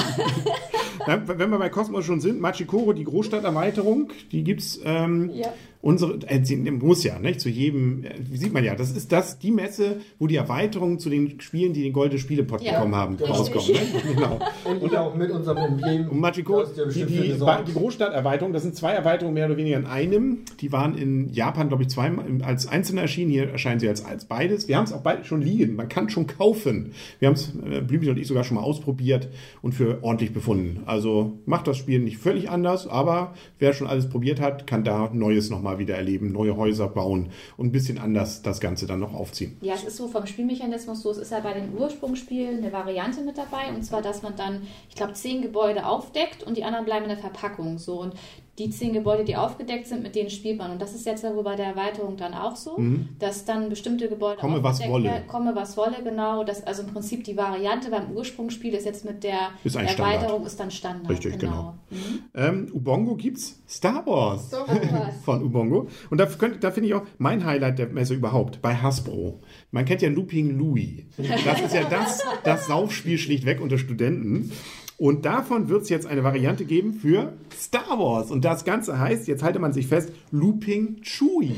Wenn wir bei Kosmos schon sind, Machikoro, die Großstadterweiterung, die gibt es. Ähm, ja. Unsere, äh, muss ja, nicht? Zu jedem, äh, sieht man ja, das ist das, die Messe, wo die Erweiterungen zu den Spielen, die den Goldene Spielepot ja, bekommen haben, rauskommen. Ne? Genau. Und, und auch mit unserem Emblem. Und Machiko, die, die, die Großstadterweiterung, das sind zwei Erweiterungen mehr oder weniger in einem. Die waren in Japan, glaube ich, zweimal als einzelne erschienen. Hier erscheinen sie als, als beides. Wir haben es auch beide schon liegen. Man kann schon kaufen. Wir haben es, äh, Blümchen und ich, sogar schon mal ausprobiert und für ordentlich befunden. Also macht das Spiel nicht völlig anders, aber wer schon alles probiert hat, kann da Neues nochmal wieder erleben, neue Häuser bauen und ein bisschen anders das Ganze dann noch aufziehen. Ja, es ist so vom Spielmechanismus so, es ist ja bei den Ursprungsspielen eine Variante mit dabei und zwar, dass man dann, ich glaube, zehn Gebäude aufdeckt und die anderen bleiben in der Verpackung. So, und die zehn Gebäude, die aufgedeckt sind, mit denen spielt man. Und das ist jetzt ja wohl bei der Erweiterung dann auch so, mhm. dass dann bestimmte Gebäude komme was wolle. Werden, komme was wolle, genau. Das, also im Prinzip die Variante beim Ursprungsspiel ist jetzt mit der Erweiterung Standard. Ist dann Standard. Richtig, genau. genau. Mhm. Ähm, Ubongo gibt's Star Wars, Star Wars. von Ubongo. Und da, da finde ich auch mein Highlight der Messe überhaupt, bei Hasbro. Man kennt ja Looping Louie. Das ist ja das, das Saufspiel schlichtweg unter Studenten. Und davon wird es jetzt eine Variante geben für Star Wars. Und das Ganze heißt, jetzt halte man sich fest, Looping Chewie.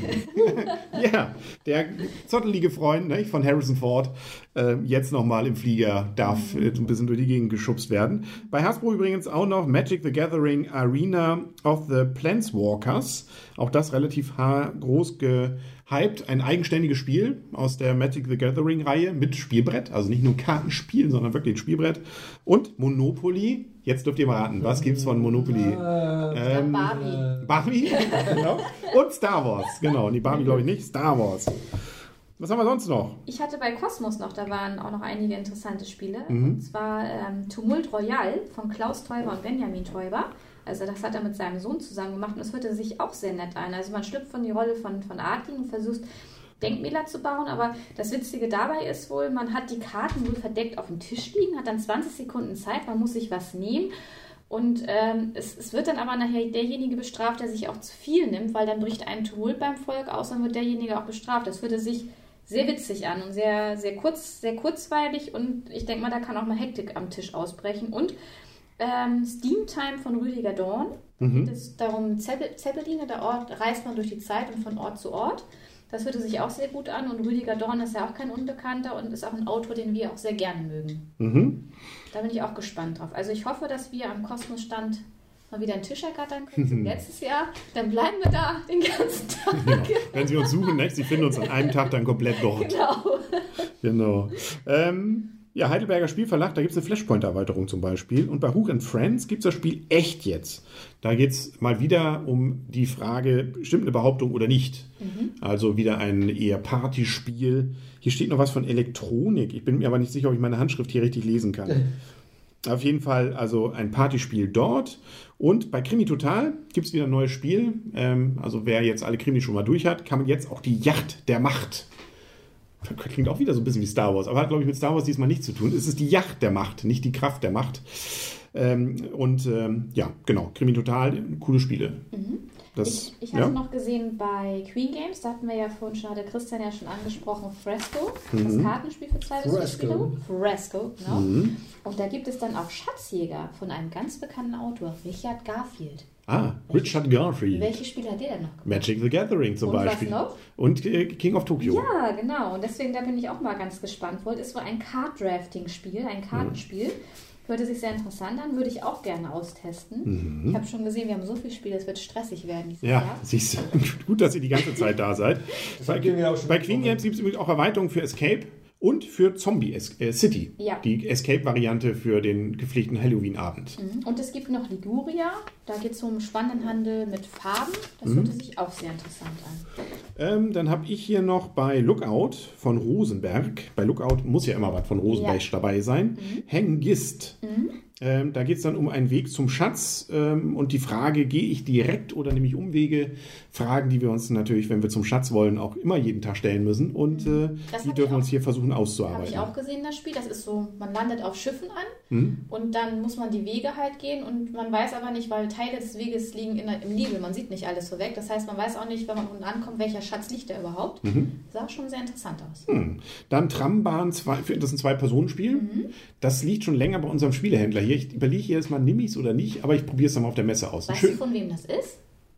Ja, yeah, der zottelige Freund, ne, von Harrison Ford, äh, jetzt nochmal im Flieger darf äh, ein bisschen durch die Gegend geschubst werden. Bei Hasbro übrigens auch noch Magic the Gathering Arena of the Planeswalkers. Auch das relativ groß gehypt. Ein eigenständiges Spiel aus der Magic the Gathering-Reihe mit Spielbrett. Also nicht nur Kartenspiel, sondern wirklich ein Spielbrett. Und Monopoly. Jetzt dürft ihr mal raten, was gibt's von Monopoly? Äh, ähm, Barbie. Barbie, genau. Und Star Wars, genau. Die Barbie glaube ich nicht, Star Wars. Was haben wir sonst noch? Ich hatte bei Kosmos noch, da waren auch noch einige interessante Spiele. Mhm. Und zwar ähm, Tumult Royal von Klaus Teuber und Benjamin Teuber. Also das hat er mit seinem Sohn zusammen gemacht und das hörte sich auch sehr nett an. Also man schlüpft von die Rolle von, von Adling und versucht Denkmäler zu bauen, aber das Witzige dabei ist wohl, man hat die Karten wohl verdeckt auf dem Tisch liegen, hat dann zwanzig Sekunden Zeit, man muss sich was nehmen und ähm, es, es wird dann aber nachher derjenige bestraft, der sich auch zu viel nimmt, weil dann bricht ein Tumult beim Volk aus, dann wird derjenige auch bestraft. Das hörte sich sehr witzig an und sehr, sehr, kurz, sehr kurzweilig und ich denke mal, da kann auch mal Hektik am Tisch ausbrechen. Und ähm, Steam Time von Rüdiger Dorn, mhm. das ist darum Zeppel, Zeppeline, da Ort, reist man durch die Zeit und von Ort zu Ort. Das hörte sich auch sehr gut an und Rüdiger Dorn ist ja auch kein Unbekannter und ist auch ein Autor, den wir auch sehr gerne mögen. Mhm. Da bin ich auch gespannt drauf. Also ich hoffe, dass wir am Kosmos-Stand mal wieder einen Tisch ergattern können, wie letztes Jahr. Dann bleiben wir da den ganzen Tag. Genau. Wenn Sie uns suchen, ne? Sie finden uns an einem Tag dann komplett dort. Genau. Genau. Ähm, ja, Heidelberger Spielverlag, da gibt es eine Flashpoint-Erweiterung zum Beispiel. Und bei Hook and Friends gibt es das Spiel Echt jetzt. Da geht es mal wieder um die Frage, stimmt eine Behauptung oder nicht? Mhm. Also wieder ein eher Partyspiel. Hier steht noch was von Elektronik. Ich bin mir aber nicht sicher, ob ich meine Handschrift hier richtig lesen kann. Auf jeden Fall also ein Partyspiel dort. Und bei Krimi Total gibt es wieder ein neues Spiel. Ähm, also wer jetzt alle Krimi schon mal durch hat, kann man jetzt auch die Yacht der Macht. Klingt auch wieder so ein bisschen wie Star Wars, aber hat, glaube ich, mit Star Wars diesmal nichts zu tun. Es ist die Yacht der Macht, nicht die Kraft der Macht. Ähm, und ähm, ja, genau, Krimi Total, coole Spiele. Mhm. Das, ich ich hatte ja. noch gesehen bei Queen Games, da hatten wir ja vorhin schon, hat der Christian ja schon angesprochen, Fresco, Mhm. das Kartenspiel für zwei bis vier Fresco. Spieler. Fresco, genau. Mhm. Und da gibt es dann auch Schatzjäger von einem ganz bekannten Autor, Richard Garfield. Ah, Richard Garfield. Welche Spiele hat der denn noch gemacht? Magic the Gathering zum Und was Beispiel. noch? Und äh, King of Tokyo. Ja, genau. Und deswegen, da bin ich auch mal ganz gespannt. Wollt ist wohl ein Card-Drafting-Spiel, ein Kartenspiel. Hörte sich sehr interessant an, würde ich auch gerne austesten. Mhm. Ich habe schon gesehen, wir haben so viele Spiele, es wird stressig werden dieses Ja, Jahr. siehst du. Gut, dass ihr die ganze Zeit da seid. Bei, gehen wir auch schon bei mit Queen vor. Games gibt es übrigens auch Erweiterungen für Escape und für Zombie es äh, City. Ja. Die Escape-Variante für den gepflegten Halloween-Abend. Mhm. Und es gibt noch Liguria, da geht es um spannenden Handel mit Farben. Das Mhm. hörte sich auch sehr interessant an. Ähm, dann habe ich hier noch bei Lookout von Rosenberg, bei Lookout muss ja immer was von Rosenberg Ja. dabei sein, Mhm. Hengist. Mhm. Ähm, da geht es dann um einen Weg zum Schatz ähm, und die Frage, gehe ich direkt oder nehme ich Umwege? Fragen, die wir uns natürlich, wenn wir zum Schatz wollen, auch immer jeden Tag stellen müssen und äh, Das die hab dürfen ich wir uns auch- hier versuchen Habe auszuarbeiten. ich auch gesehen, das Spiel. Das ist so, man landet auf Schiffen an Hm? und dann muss man die Wege halt gehen und man weiß aber nicht, weil Teile des Weges liegen in der, im Nebel. Man sieht nicht alles so weg. Das heißt, man weiß auch nicht, wenn man unten ankommt, welcher Schatz liegt da überhaupt. Mhm. Sah schon sehr interessant aus. Hm. Dann Trambahn, zwei, für- das ist ein Zwei-Personen-Spiel. Mhm. Das liegt schon länger bei unserem Spielehändler hier. Ich überlege jedes Mal, nehme ich es oder nicht, aber ich probiere es dann mal auf der Messe aus. Weißt Schön- du, von wem das ist?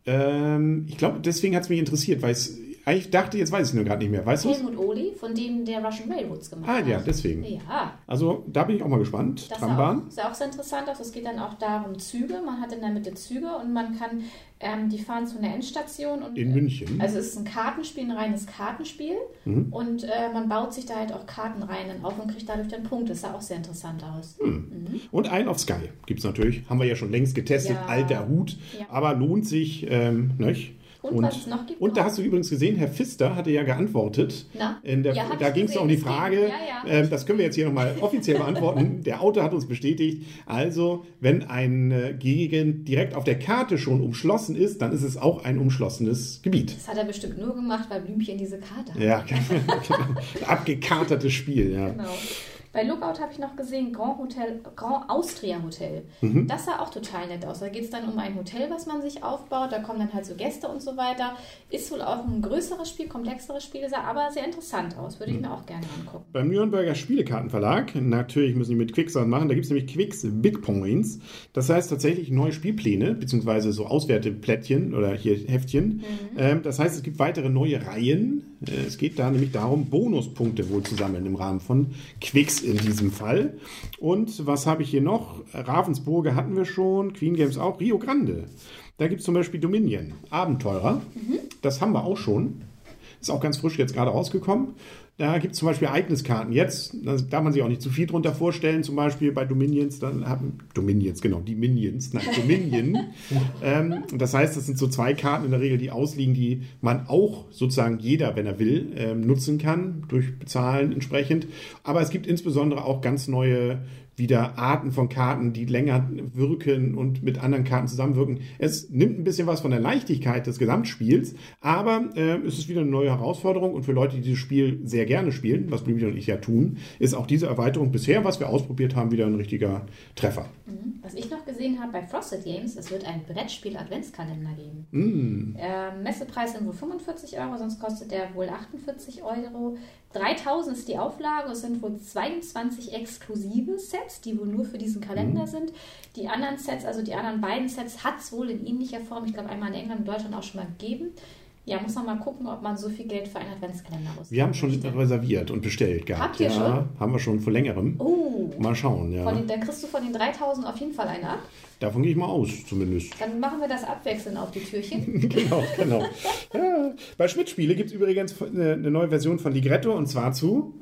Ähm, ich glaube, deswegen hat es mich interessiert, weil ich eigentlich dachte, jetzt weiß ich es nur gerade nicht mehr. Weißt du es? Helmut Ohly, von dem der Russian Railroads gemacht Ah hat. ja, deswegen. Ja, Also da bin ich auch mal gespannt. das sah Trambahn. auch, sah auch sehr interessant aus. Es geht dann auch darum Züge. Man hat in der Mitte Züge und man kann, ähm, die fahren zu einer Endstation. Und, In München. Also es ist ein Kartenspiel, ein reines Kartenspiel. Mhm. Und äh, man baut sich da halt auch Kartenreihen auf und kriegt dadurch dann Punkte. Das sah auch sehr interessant aus. Hm. Mhm. Und ein auf Sky gibt es natürlich. Haben wir ja schon längst getestet. Ja. Alter Hut. Ja. Aber lohnt sich. Ähm, nicht? Und, was es noch gibt. Und da hast du übrigens gesehen, Herr Pfister hatte ja geantwortet. Na? In der, Ja, hab da ich ging es gesehen, um die es ging. Frage, Ja, ja. ähm, das können wir jetzt hier nochmal offiziell beantworten. Der Autor hat uns bestätigt, also wenn eine Gegend direkt auf der Karte schon umschlossen ist, dann ist es auch ein umschlossenes Gebiet. Das hat er bestimmt nur gemacht, weil Blümchen diese Karte hat. Ja, genau. Abgekatertes Spiel, ja. Genau. Bei Lookout habe ich noch gesehen Grand Hotel, Grand Austria Hotel. Mhm. Das sah auch total nett aus. Da geht es dann um ein Hotel, was man sich aufbaut. Da kommen dann halt so Gäste und so weiter. Ist wohl auch ein größeres Spiel, komplexeres Spiel, sah aber sehr interessant aus. Würde ich mir auch gerne angucken. Beim Nürnberger Spielekartenverlag, natürlich müssen die mit Quicksand machen, da gibt es nämlich Quicks Big Points. Das heißt tatsächlich neue Spielpläne, beziehungsweise so Auswerteplättchen oder hier Heftchen. Mhm. Ähm, das heißt, es gibt weitere neue Reihen. Äh, es geht da nämlich darum, Bonuspunkte wohl zu sammeln im Rahmen von Quicks in diesem Fall. Und was habe ich hier noch? Ravensburger hatten wir schon, Queen Games auch, Rio Grande. Da gibt es zum Beispiel Dominion, Abenteurer. Mhm. Das haben wir auch schon. Ist auch ganz frisch jetzt gerade rausgekommen. Da gibt es zum Beispiel Ereigniskarten. Jetzt, da darf man sich auch nicht zu viel drunter vorstellen, zum Beispiel bei Dominions, dann haben Dominions, genau, die Minions, nein, Dominion. ähm, das heißt, das sind so zwei Karten in der Regel, die ausliegen, die man auch sozusagen jeder, wenn er will, ähm, nutzen kann, durch Bezahlen entsprechend. Aber es gibt insbesondere auch ganz neue wieder Arten von Karten, die länger wirken und mit anderen Karten zusammenwirken. Es nimmt ein bisschen was von der Leichtigkeit des Gesamtspiels, aber äh, es ist wieder eine neue Herausforderung und für Leute, die dieses Spiel sehr gerne spielen, was Blümchen und ich ja tun, ist auch diese Erweiterung bisher, was wir ausprobiert haben, wieder ein richtiger Treffer. Mhm. Was ich noch gesehen habe bei Frosted Games, es wird ein Brettspiel-Adventskalender geben. Mm. Ähm, Messepreis sind wohl fünfundvierzig Euro, sonst kostet der wohl achtundvierzig Euro. dreitausend ist die Auflage, es sind wohl zweiundzwanzig exklusive Sets, die wohl nur für diesen Kalender Mhm. sind. Die anderen Sets, also die anderen beiden Sets, hat es wohl in ähnlicher Form, ich glaube einmal in England und Deutschland auch schon mal gegeben. Ja, muss man mal gucken, ob man so viel Geld für einen Adventskalender ausgibt. Wir haben schon reserviert und bestellt gehabt. Habt ihr ja, schon? haben wir schon vor längerem. Oh, Mal schauen, ja. von den, da kriegst du von den dreitausend auf jeden Fall einen ab. Davon gehe ich mal aus, zumindest. Dann machen wir das abwechselnd auf die Türchen. Genau, genau. Ja, bei Schmidt-Spiele gibt es übrigens eine, eine neue Version von Ligretto und zwar zu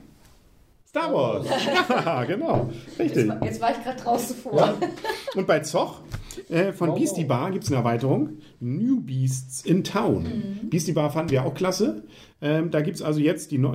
Star Wars. Ja, genau. Richtig. Jetzt, war- jetzt war ich gerade draußen vor. Ja. Und bei Zoch äh, von Wow. Beastie Bar gibt es eine Erweiterung. New Beasts in Town. Mhm. Beastie Bar fanden wir auch klasse. Ähm, da gibt es also jetzt die neue.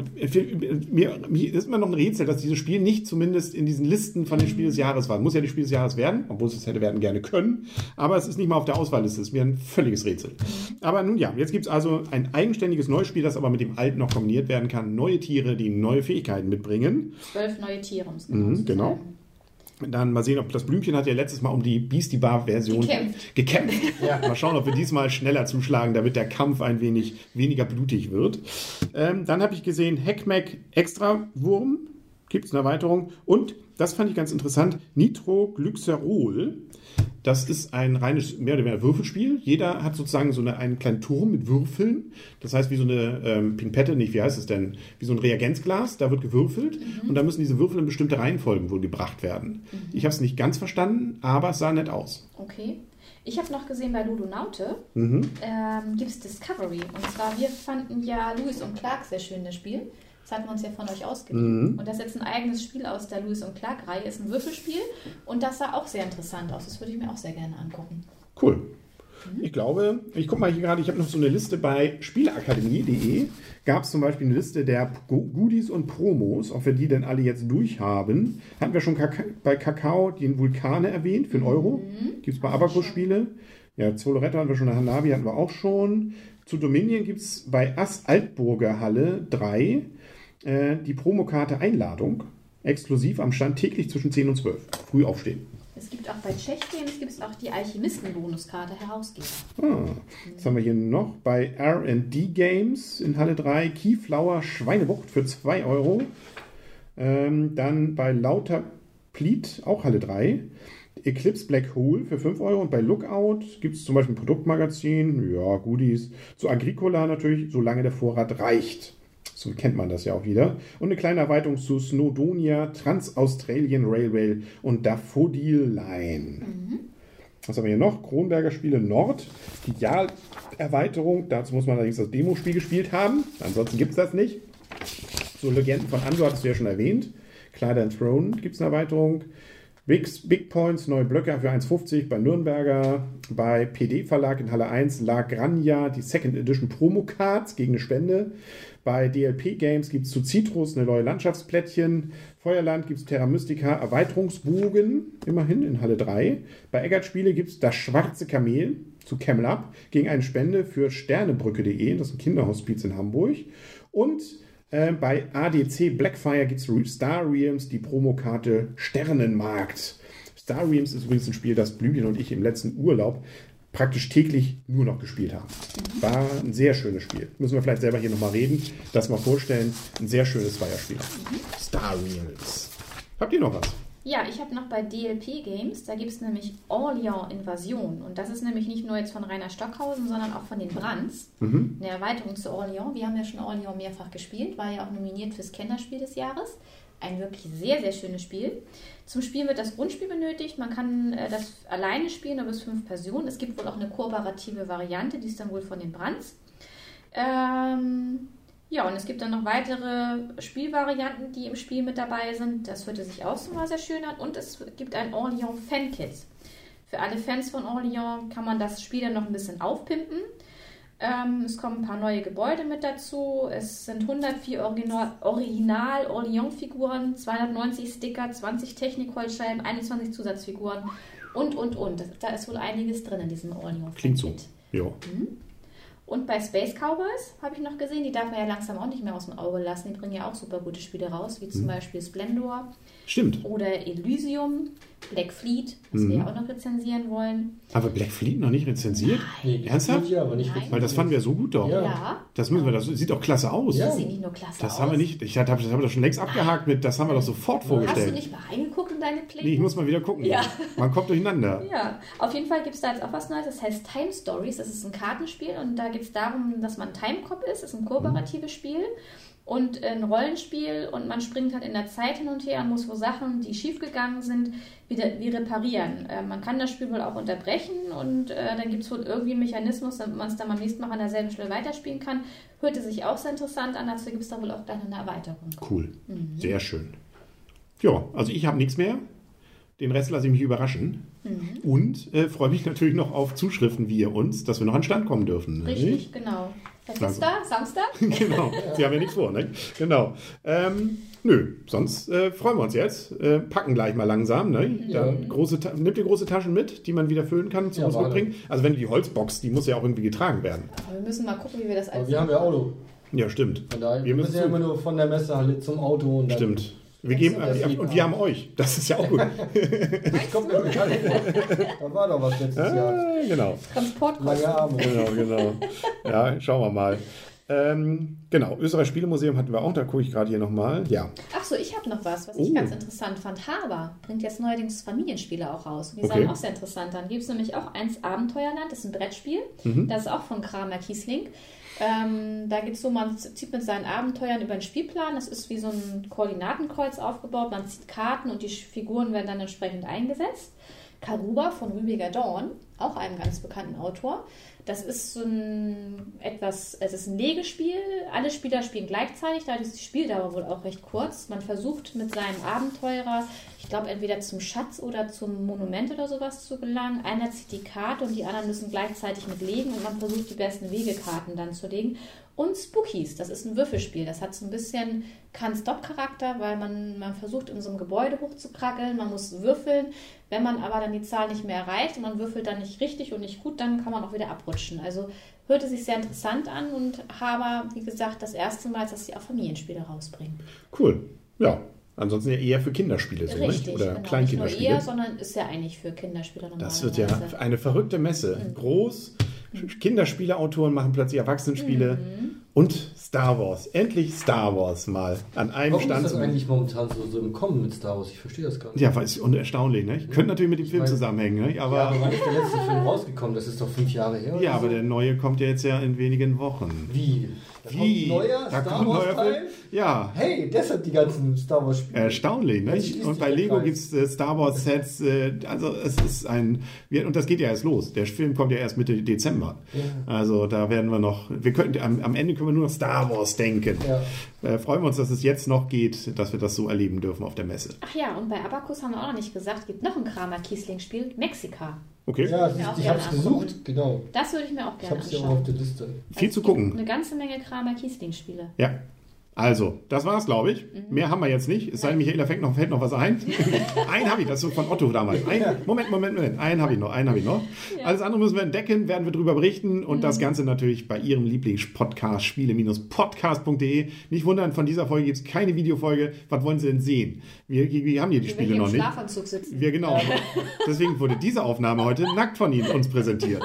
Mir, mir ist immer noch ein Rätsel, dass dieses Spiel nicht zumindest in diesen Listen von den Spiel des Jahres war. Muss ja die Spiel des Jahres werden, obwohl es es hätte werden gerne können. Aber es ist nicht mal auf der Auswahlliste. Es ist mir ein völliges Rätsel. Aber nun ja, jetzt gibt es also ein eigenständiges neues Spiel, das aber mit dem alten noch kombiniert werden kann. Neue Tiere, die neue Fähigkeiten mitbringen. Zwölf neue Tiere, um es genau Mhm, zu genau. sagen. Dann mal sehen, ob das Blümchen hat ja letztes Mal um die Beastie Bar-Version gekämpft. gekämpft. Ja. Mal schauen, ob wir diesmal schneller zuschlagen, damit der Kampf ein wenig weniger blutig wird. Ähm, dann habe ich gesehen, Heckmeck Extra Wurm. Gibt es eine Erweiterung. Und, das fand ich ganz interessant, Nitroglycerol. Das ist ein reines, mehr oder weniger Würfelspiel. Jeder hat sozusagen so eine, einen kleinen Turm mit Würfeln. Das heißt, wie so eine ähm, Pinpette, nicht, wie heißt es denn? Wie so ein Reagenzglas, da wird gewürfelt. Mhm. Und da müssen diese Würfel in bestimmte Reihenfolgen wohl gebracht werden. Mhm. Ich habe es nicht ganz verstanden, aber es sah nett aus. Okay. Ich habe noch gesehen, bei Ludonaute mhm. ähm, gibt es Discovery. Und zwar, wir fanden ja Lewis und Clark sehr schön, das Spiel. Das hatten wir uns ja von euch ausgeliehen. Mhm. Und das ist jetzt ein eigenes Spiel aus der Lewis und Clark-Reihe. Ist ein Würfelspiel. Und das sah auch sehr interessant aus. Das würde ich mir auch sehr gerne angucken. Cool. Mhm. Ich glaube, ich gucke mal hier gerade, ich habe noch so eine Liste bei spieleakademie punkt de. Gab es zum Beispiel eine Liste der Goodies und Promos, ob wir die denn alle jetzt durchhaben. Hatten wir schon Kaka- bei Kakao den Vulkane erwähnt für einen Euro. Mhm. Gibt es bei Abacus-Spiele. Ja, Zoloretta hatten wir schon, Hanabi hatten wir auch schon. Zu Dominion gibt es bei Ass Altburger Halle drei. Die Promokarte Einladung, exklusiv am Stand täglich zwischen zehn und zwölf. Früh aufstehen. Es gibt auch bei Czech Games gibt es auch die Alchemisten-Bonuskarte Herausgeber. Ah, was haben wir hier noch? Bei R and D Games in Halle drei Keyflower Schweinebucht für zwei Euro. Ähm, dann bei Lauter Pliet, auch Halle drei. Eclipse Black Hole für fünf Euro. Und bei Lookout gibt es zum Beispiel ein Produktmagazin, ja, Goodies. Zu Agricola natürlich, solange der Vorrat reicht. So kennt man das ja auch wieder. Und eine kleine Erweiterung zu Snowdonia, Trans-Australian Railway und Daffodil Line. Mhm. Was haben wir hier noch? Kronberger Spiele Nord. Die Jahr-Erweiterung. Dazu muss man allerdings das Demospiel gespielt haben. Ansonsten gibt es das nicht. So Legenden von Andor hattest du ja schon erwähnt. Kleider and Throne gibt es eine Erweiterung. Big, Big Points, neue Blöcke für eins fünfzig bei Nürnberger. Bei P D Verlag in Halle eins La Granja die Second Edition Promo Cards gegen eine Spende. Bei D L P Games gibt es zu Citrus eine neue Landschaftsplättchen. Feuerland gibt es Terra Mystica Erweiterungsbogen, immerhin in Halle drei. Bei Eggert Spiele gibt es das Schwarze Kamel zu Camel Up gegen eine Spende für Sternebrücke punkt de, das ist ein Kinderhospiz in Hamburg. Und äh, bei A D C Blackfire gibt es Star Realms die Promokarte Sternenmarkt. Star Realms ist übrigens ein Spiel, das Blümchen und ich im letzten Urlaub praktisch täglich nur noch gespielt haben. War ein sehr schönes Spiel. Müssen wir vielleicht selber hier nochmal reden, das mal vorstellen. Ein sehr schönes Zweierspiel. Mhm. Star Realms. Habt ihr noch was? Ja, ich habe noch bei D L P Games, da gibt es nämlich Orleans Invasion. Und das ist nämlich nicht nur jetzt von Rainer Stockhausen, sondern auch von den Brands. Mhm. Eine Erweiterung zu Orleans. Wir haben ja schon Orleans mehrfach gespielt, war ja auch nominiert fürs Kennerspiel des Jahres. Ein wirklich sehr, sehr schönes Spiel. Zum Spiel wird das Grundspiel benötigt. Man kann äh, das alleine spielen, aber bis fünf Personen. Es gibt wohl auch eine kooperative Variante, die ist dann wohl von den Brands. Ähm, ja, und es gibt dann noch weitere Spielvarianten, die im Spiel mit dabei sind. Das hörte sich auch so mal sehr schön an. Und es gibt ein Orleans Fan-Kit. Für alle Fans von Orleans kann man das Spiel dann noch ein bisschen aufpimpen. Ähm, es kommen ein paar neue Gebäude mit dazu. Es sind hundertvier Original, Original Orleans-Figuren, zweihundertneunzig Sticker, zwanzig Technikholzscheiben, einundzwanzig Zusatzfiguren und, und, und. Da ist wohl einiges drin in diesem Orleans. Klingt so, ja. Mhm. Und bei Space Cowboys habe ich noch gesehen, die darf man ja langsam auch nicht mehr aus dem Auge lassen. Die bringen ja auch super gute Spiele raus, wie zum mhm. Beispiel Splendor. Stimmt. Oder Elysium, Black Fleet, was mhm. wir ja auch noch rezensieren wollen. Aber Black Fleet noch nicht rezensiert? Nein. Ernsthaft? Ja, aber nicht. Weil das fanden wir so gut doch. Ja. Das müssen wir, das sieht doch klasse aus. Ja. Das sieht nicht nur klasse das aus. Haben wir nicht, ich habe das, hab das schon längst abgehakt mit, das haben wir doch sofort vorgestellt. Hast du nicht mal reingeguckt in deine Pläne? Nee, ich muss mal wieder gucken. Ja. Man kommt durcheinander. Ja, auf jeden Fall gibt es da jetzt auch was Neues, das heißt Time Stories. Das ist ein Kartenspiel und da geht es darum, dass man Timecop ist. Das ist ein kooperatives mhm. Spiel. Und ein Rollenspiel und man springt halt in der Zeit hin und her und muss wo Sachen, die schiefgegangen sind, wieder wie reparieren. Äh, man kann das Spiel wohl auch unterbrechen und äh, dann gibt es wohl irgendwie einen Mechanismus, damit man es dann beim nächsten Mal an derselben Stelle weiterspielen kann. Hörte sich auch sehr interessant an, dazu gibt es da wohl auch gleich eine Erweiterung. Cool, mhm. sehr schön. Ja, also ich habe nichts mehr. Den Rest lasse ich mich überraschen. Mhm. Und äh, freue mich natürlich noch auf Zuschriften wie ihr uns, dass wir noch an den Stand kommen dürfen. Richtig, nicht? Genau. Was ist da? Samstag? Genau, Sie haben ja nichts vor, ne? Genau. Ähm, nö, sonst äh, freuen wir uns jetzt. Äh, packen gleich mal langsam, ne? Ja. Dann große, nimmt ihr große Taschen mit, die man wieder füllen kann, zu ja, uns mitbringen? Also wenn die Holzbox, die muss ja auch irgendwie getragen werden. Aber wir müssen mal gucken, wie wir das alles Aber wir haben ja Auto. Ja, stimmt. Von daher, wir müssen ja immer nur von der Messehalle zum Auto. Und dann stimmt. Wir geben, äh, und wir haben euch. Das ist ja auch gut. Das kommt mir bekannt vor. Da war doch was letztes Jahr. Ah, genau. Transportkosten. Lange Arme. Genau, genau. Ja, schauen wir mal. Ähm, genau, Österreich Spielemuseum hatten wir auch, da gucke ich gerade hier nochmal. Ja. Ach so, ich habe noch was, was Oh. ich ganz interessant fand. Haber bringt jetzt neuerdings Familienspiele auch raus. Und die Okay. sahen auch sehr interessant an. Gibt es nämlich auch eins Abenteuerland, das ist ein Brettspiel. Mhm. Das ist auch von Kramer Kiesling. Ähm, da geht es so, man zieht mit seinen Abenteuern über einen Spielplan. Das ist wie so ein Koordinatenkreuz aufgebaut. Man zieht Karten und die Figuren werden dann entsprechend eingesetzt. Karuba von Rübiger Dorn, auch einem ganz bekannten Autor. Das ist so ein etwas, es ist ein Legespiel. Alle Spieler spielen gleichzeitig, da ist die Spieldauer wohl auch recht kurz. Man versucht mit seinem Abenteurer, ich glaube entweder zum Schatz oder zum Monument oder sowas zu gelangen. Einer zieht die Karte und die anderen müssen gleichzeitig mit legen und man versucht die besten Wegekarten dann zu legen. Und Spookies, das ist ein Würfelspiel. Das hat so ein bisschen Can't-Stop-Charakter, weil man, man versucht, in so einem Gebäude hochzukrackeln. Man muss würfeln. Wenn man aber dann die Zahl nicht mehr erreicht und man würfelt dann nicht richtig und nicht gut, dann kann man auch wieder abrutschen. Also hörte sich sehr interessant an und habe, wie gesagt, das erste Mal, dass sie auch Familienspiele rausbringen. Cool. Ja. Ansonsten ja eher für Kinderspiele so, Richtig, nicht? Oder genau. Kleinkinderspiele. Nicht nur eher, sondern ist ja eigentlich für Kinderspiele Das wird ja normalerweise. eine verrückte Messe. Mhm. Groß. Kinderspieleautoren machen plötzlich Erwachsenenspiele. Mhm. Und Star Wars. Endlich Star Wars mal an einem Warum Stand. ist das eigentlich momentan so, so im Kommen mit Star Wars? Ich verstehe das gar nicht. Ja, weil es ist erstaunlich, ne? Könnte natürlich mit dem Ich Film meine- zusammenhängen, ne? Aber, ja, aber wann ist der letzte Film rausgekommen? Das ist doch fünf Jahre her. oder ja, aber so? der neue kommt ja jetzt ja in wenigen Wochen. Wie? Da Wie? kommt ein neuer Da Star kommt ein Wars neuer Teil? Film? Ja. Hey, deshalb die ganzen Star Wars Spiele. Erstaunlich, ne? Jetzt schließt Und sich bei der Lego Kreis. gibt es äh, Star Wars Sets, äh, also es ist ein, wir, und das geht ja erst los. Der Film kommt ja erst Mitte Dezember. Ja. Also da werden wir noch, wir könnten, am, am Ende können wir nur noch Star Wars denken. Ja. Äh, freuen wir uns, dass es jetzt noch geht, dass wir das so erleben dürfen auf der Messe. Ach ja, und bei Abacus haben wir auch noch nicht gesagt, gibt noch ein Kramer Kiesling-Spiel, Mexika. Okay? Ja, Ja, auch ich gerne habe es angucken. gesucht, genau. Das würde ich mir auch Ich gerne habe es ja auch auf anschauen. der Liste. Viel Es zu gibt gucken. Eine ganze Menge Kramer Kiesling-Spiele. Ja. Also, das war's, glaube ich. Mhm. Mehr haben wir jetzt nicht. Es sei denn, Michaela fängt noch, fällt noch was ein. Einen habe ich, das ist so von Otto damals. Ein, Moment, Moment, Moment. Einen habe ich noch, einen habe ich noch. Ja. Alles andere müssen wir entdecken, werden wir drüber berichten und Mhm. das Ganze natürlich bei Ihrem Lieblingspodcast, spiele Podcast punkt de. Nicht wundern, von dieser Folge gibt es keine Videofolge. Was wollen Sie denn sehen? Wir, wir haben hier die Wie wir Spiele hier noch im nicht. Schlafanzug sitzen. Wir genau. Deswegen wurde diese Aufnahme heute nackt von Ihnen uns präsentiert.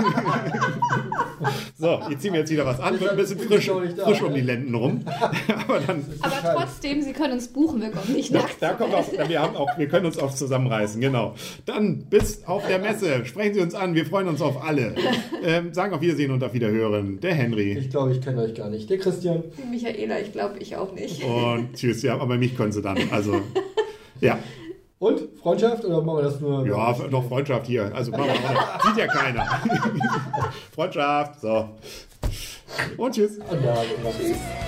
So, jetzt ziehen wir jetzt wieder was an, wird ein bisschen frisch, frisch um die Lenden rum. Aber dann, Aber trotzdem, Sie können uns buchen, wir kommen nicht da, nackt. da kommt auch, wir haben auch, wir können uns auch zusammenreißen, genau. Dann bis auf der Messe, sprechen Sie uns an, wir freuen uns auf alle. Ähm, sagen auf Wiedersehen und auf Wiederhören, der Henry. Ich glaube, ich kenne euch gar nicht. Der Christian. Michaela, ich glaube, ich auch nicht. Und tschüss, ja, aber mich können Sie dann. Also, ja. Und? Freundschaft oder machen wir das nur? Ja, doch Freundschaft hier. Also, machen wir auch. Sieht ja keiner. Freundschaft, so. Und tschüss. Ah, ja, genau. Tschüss.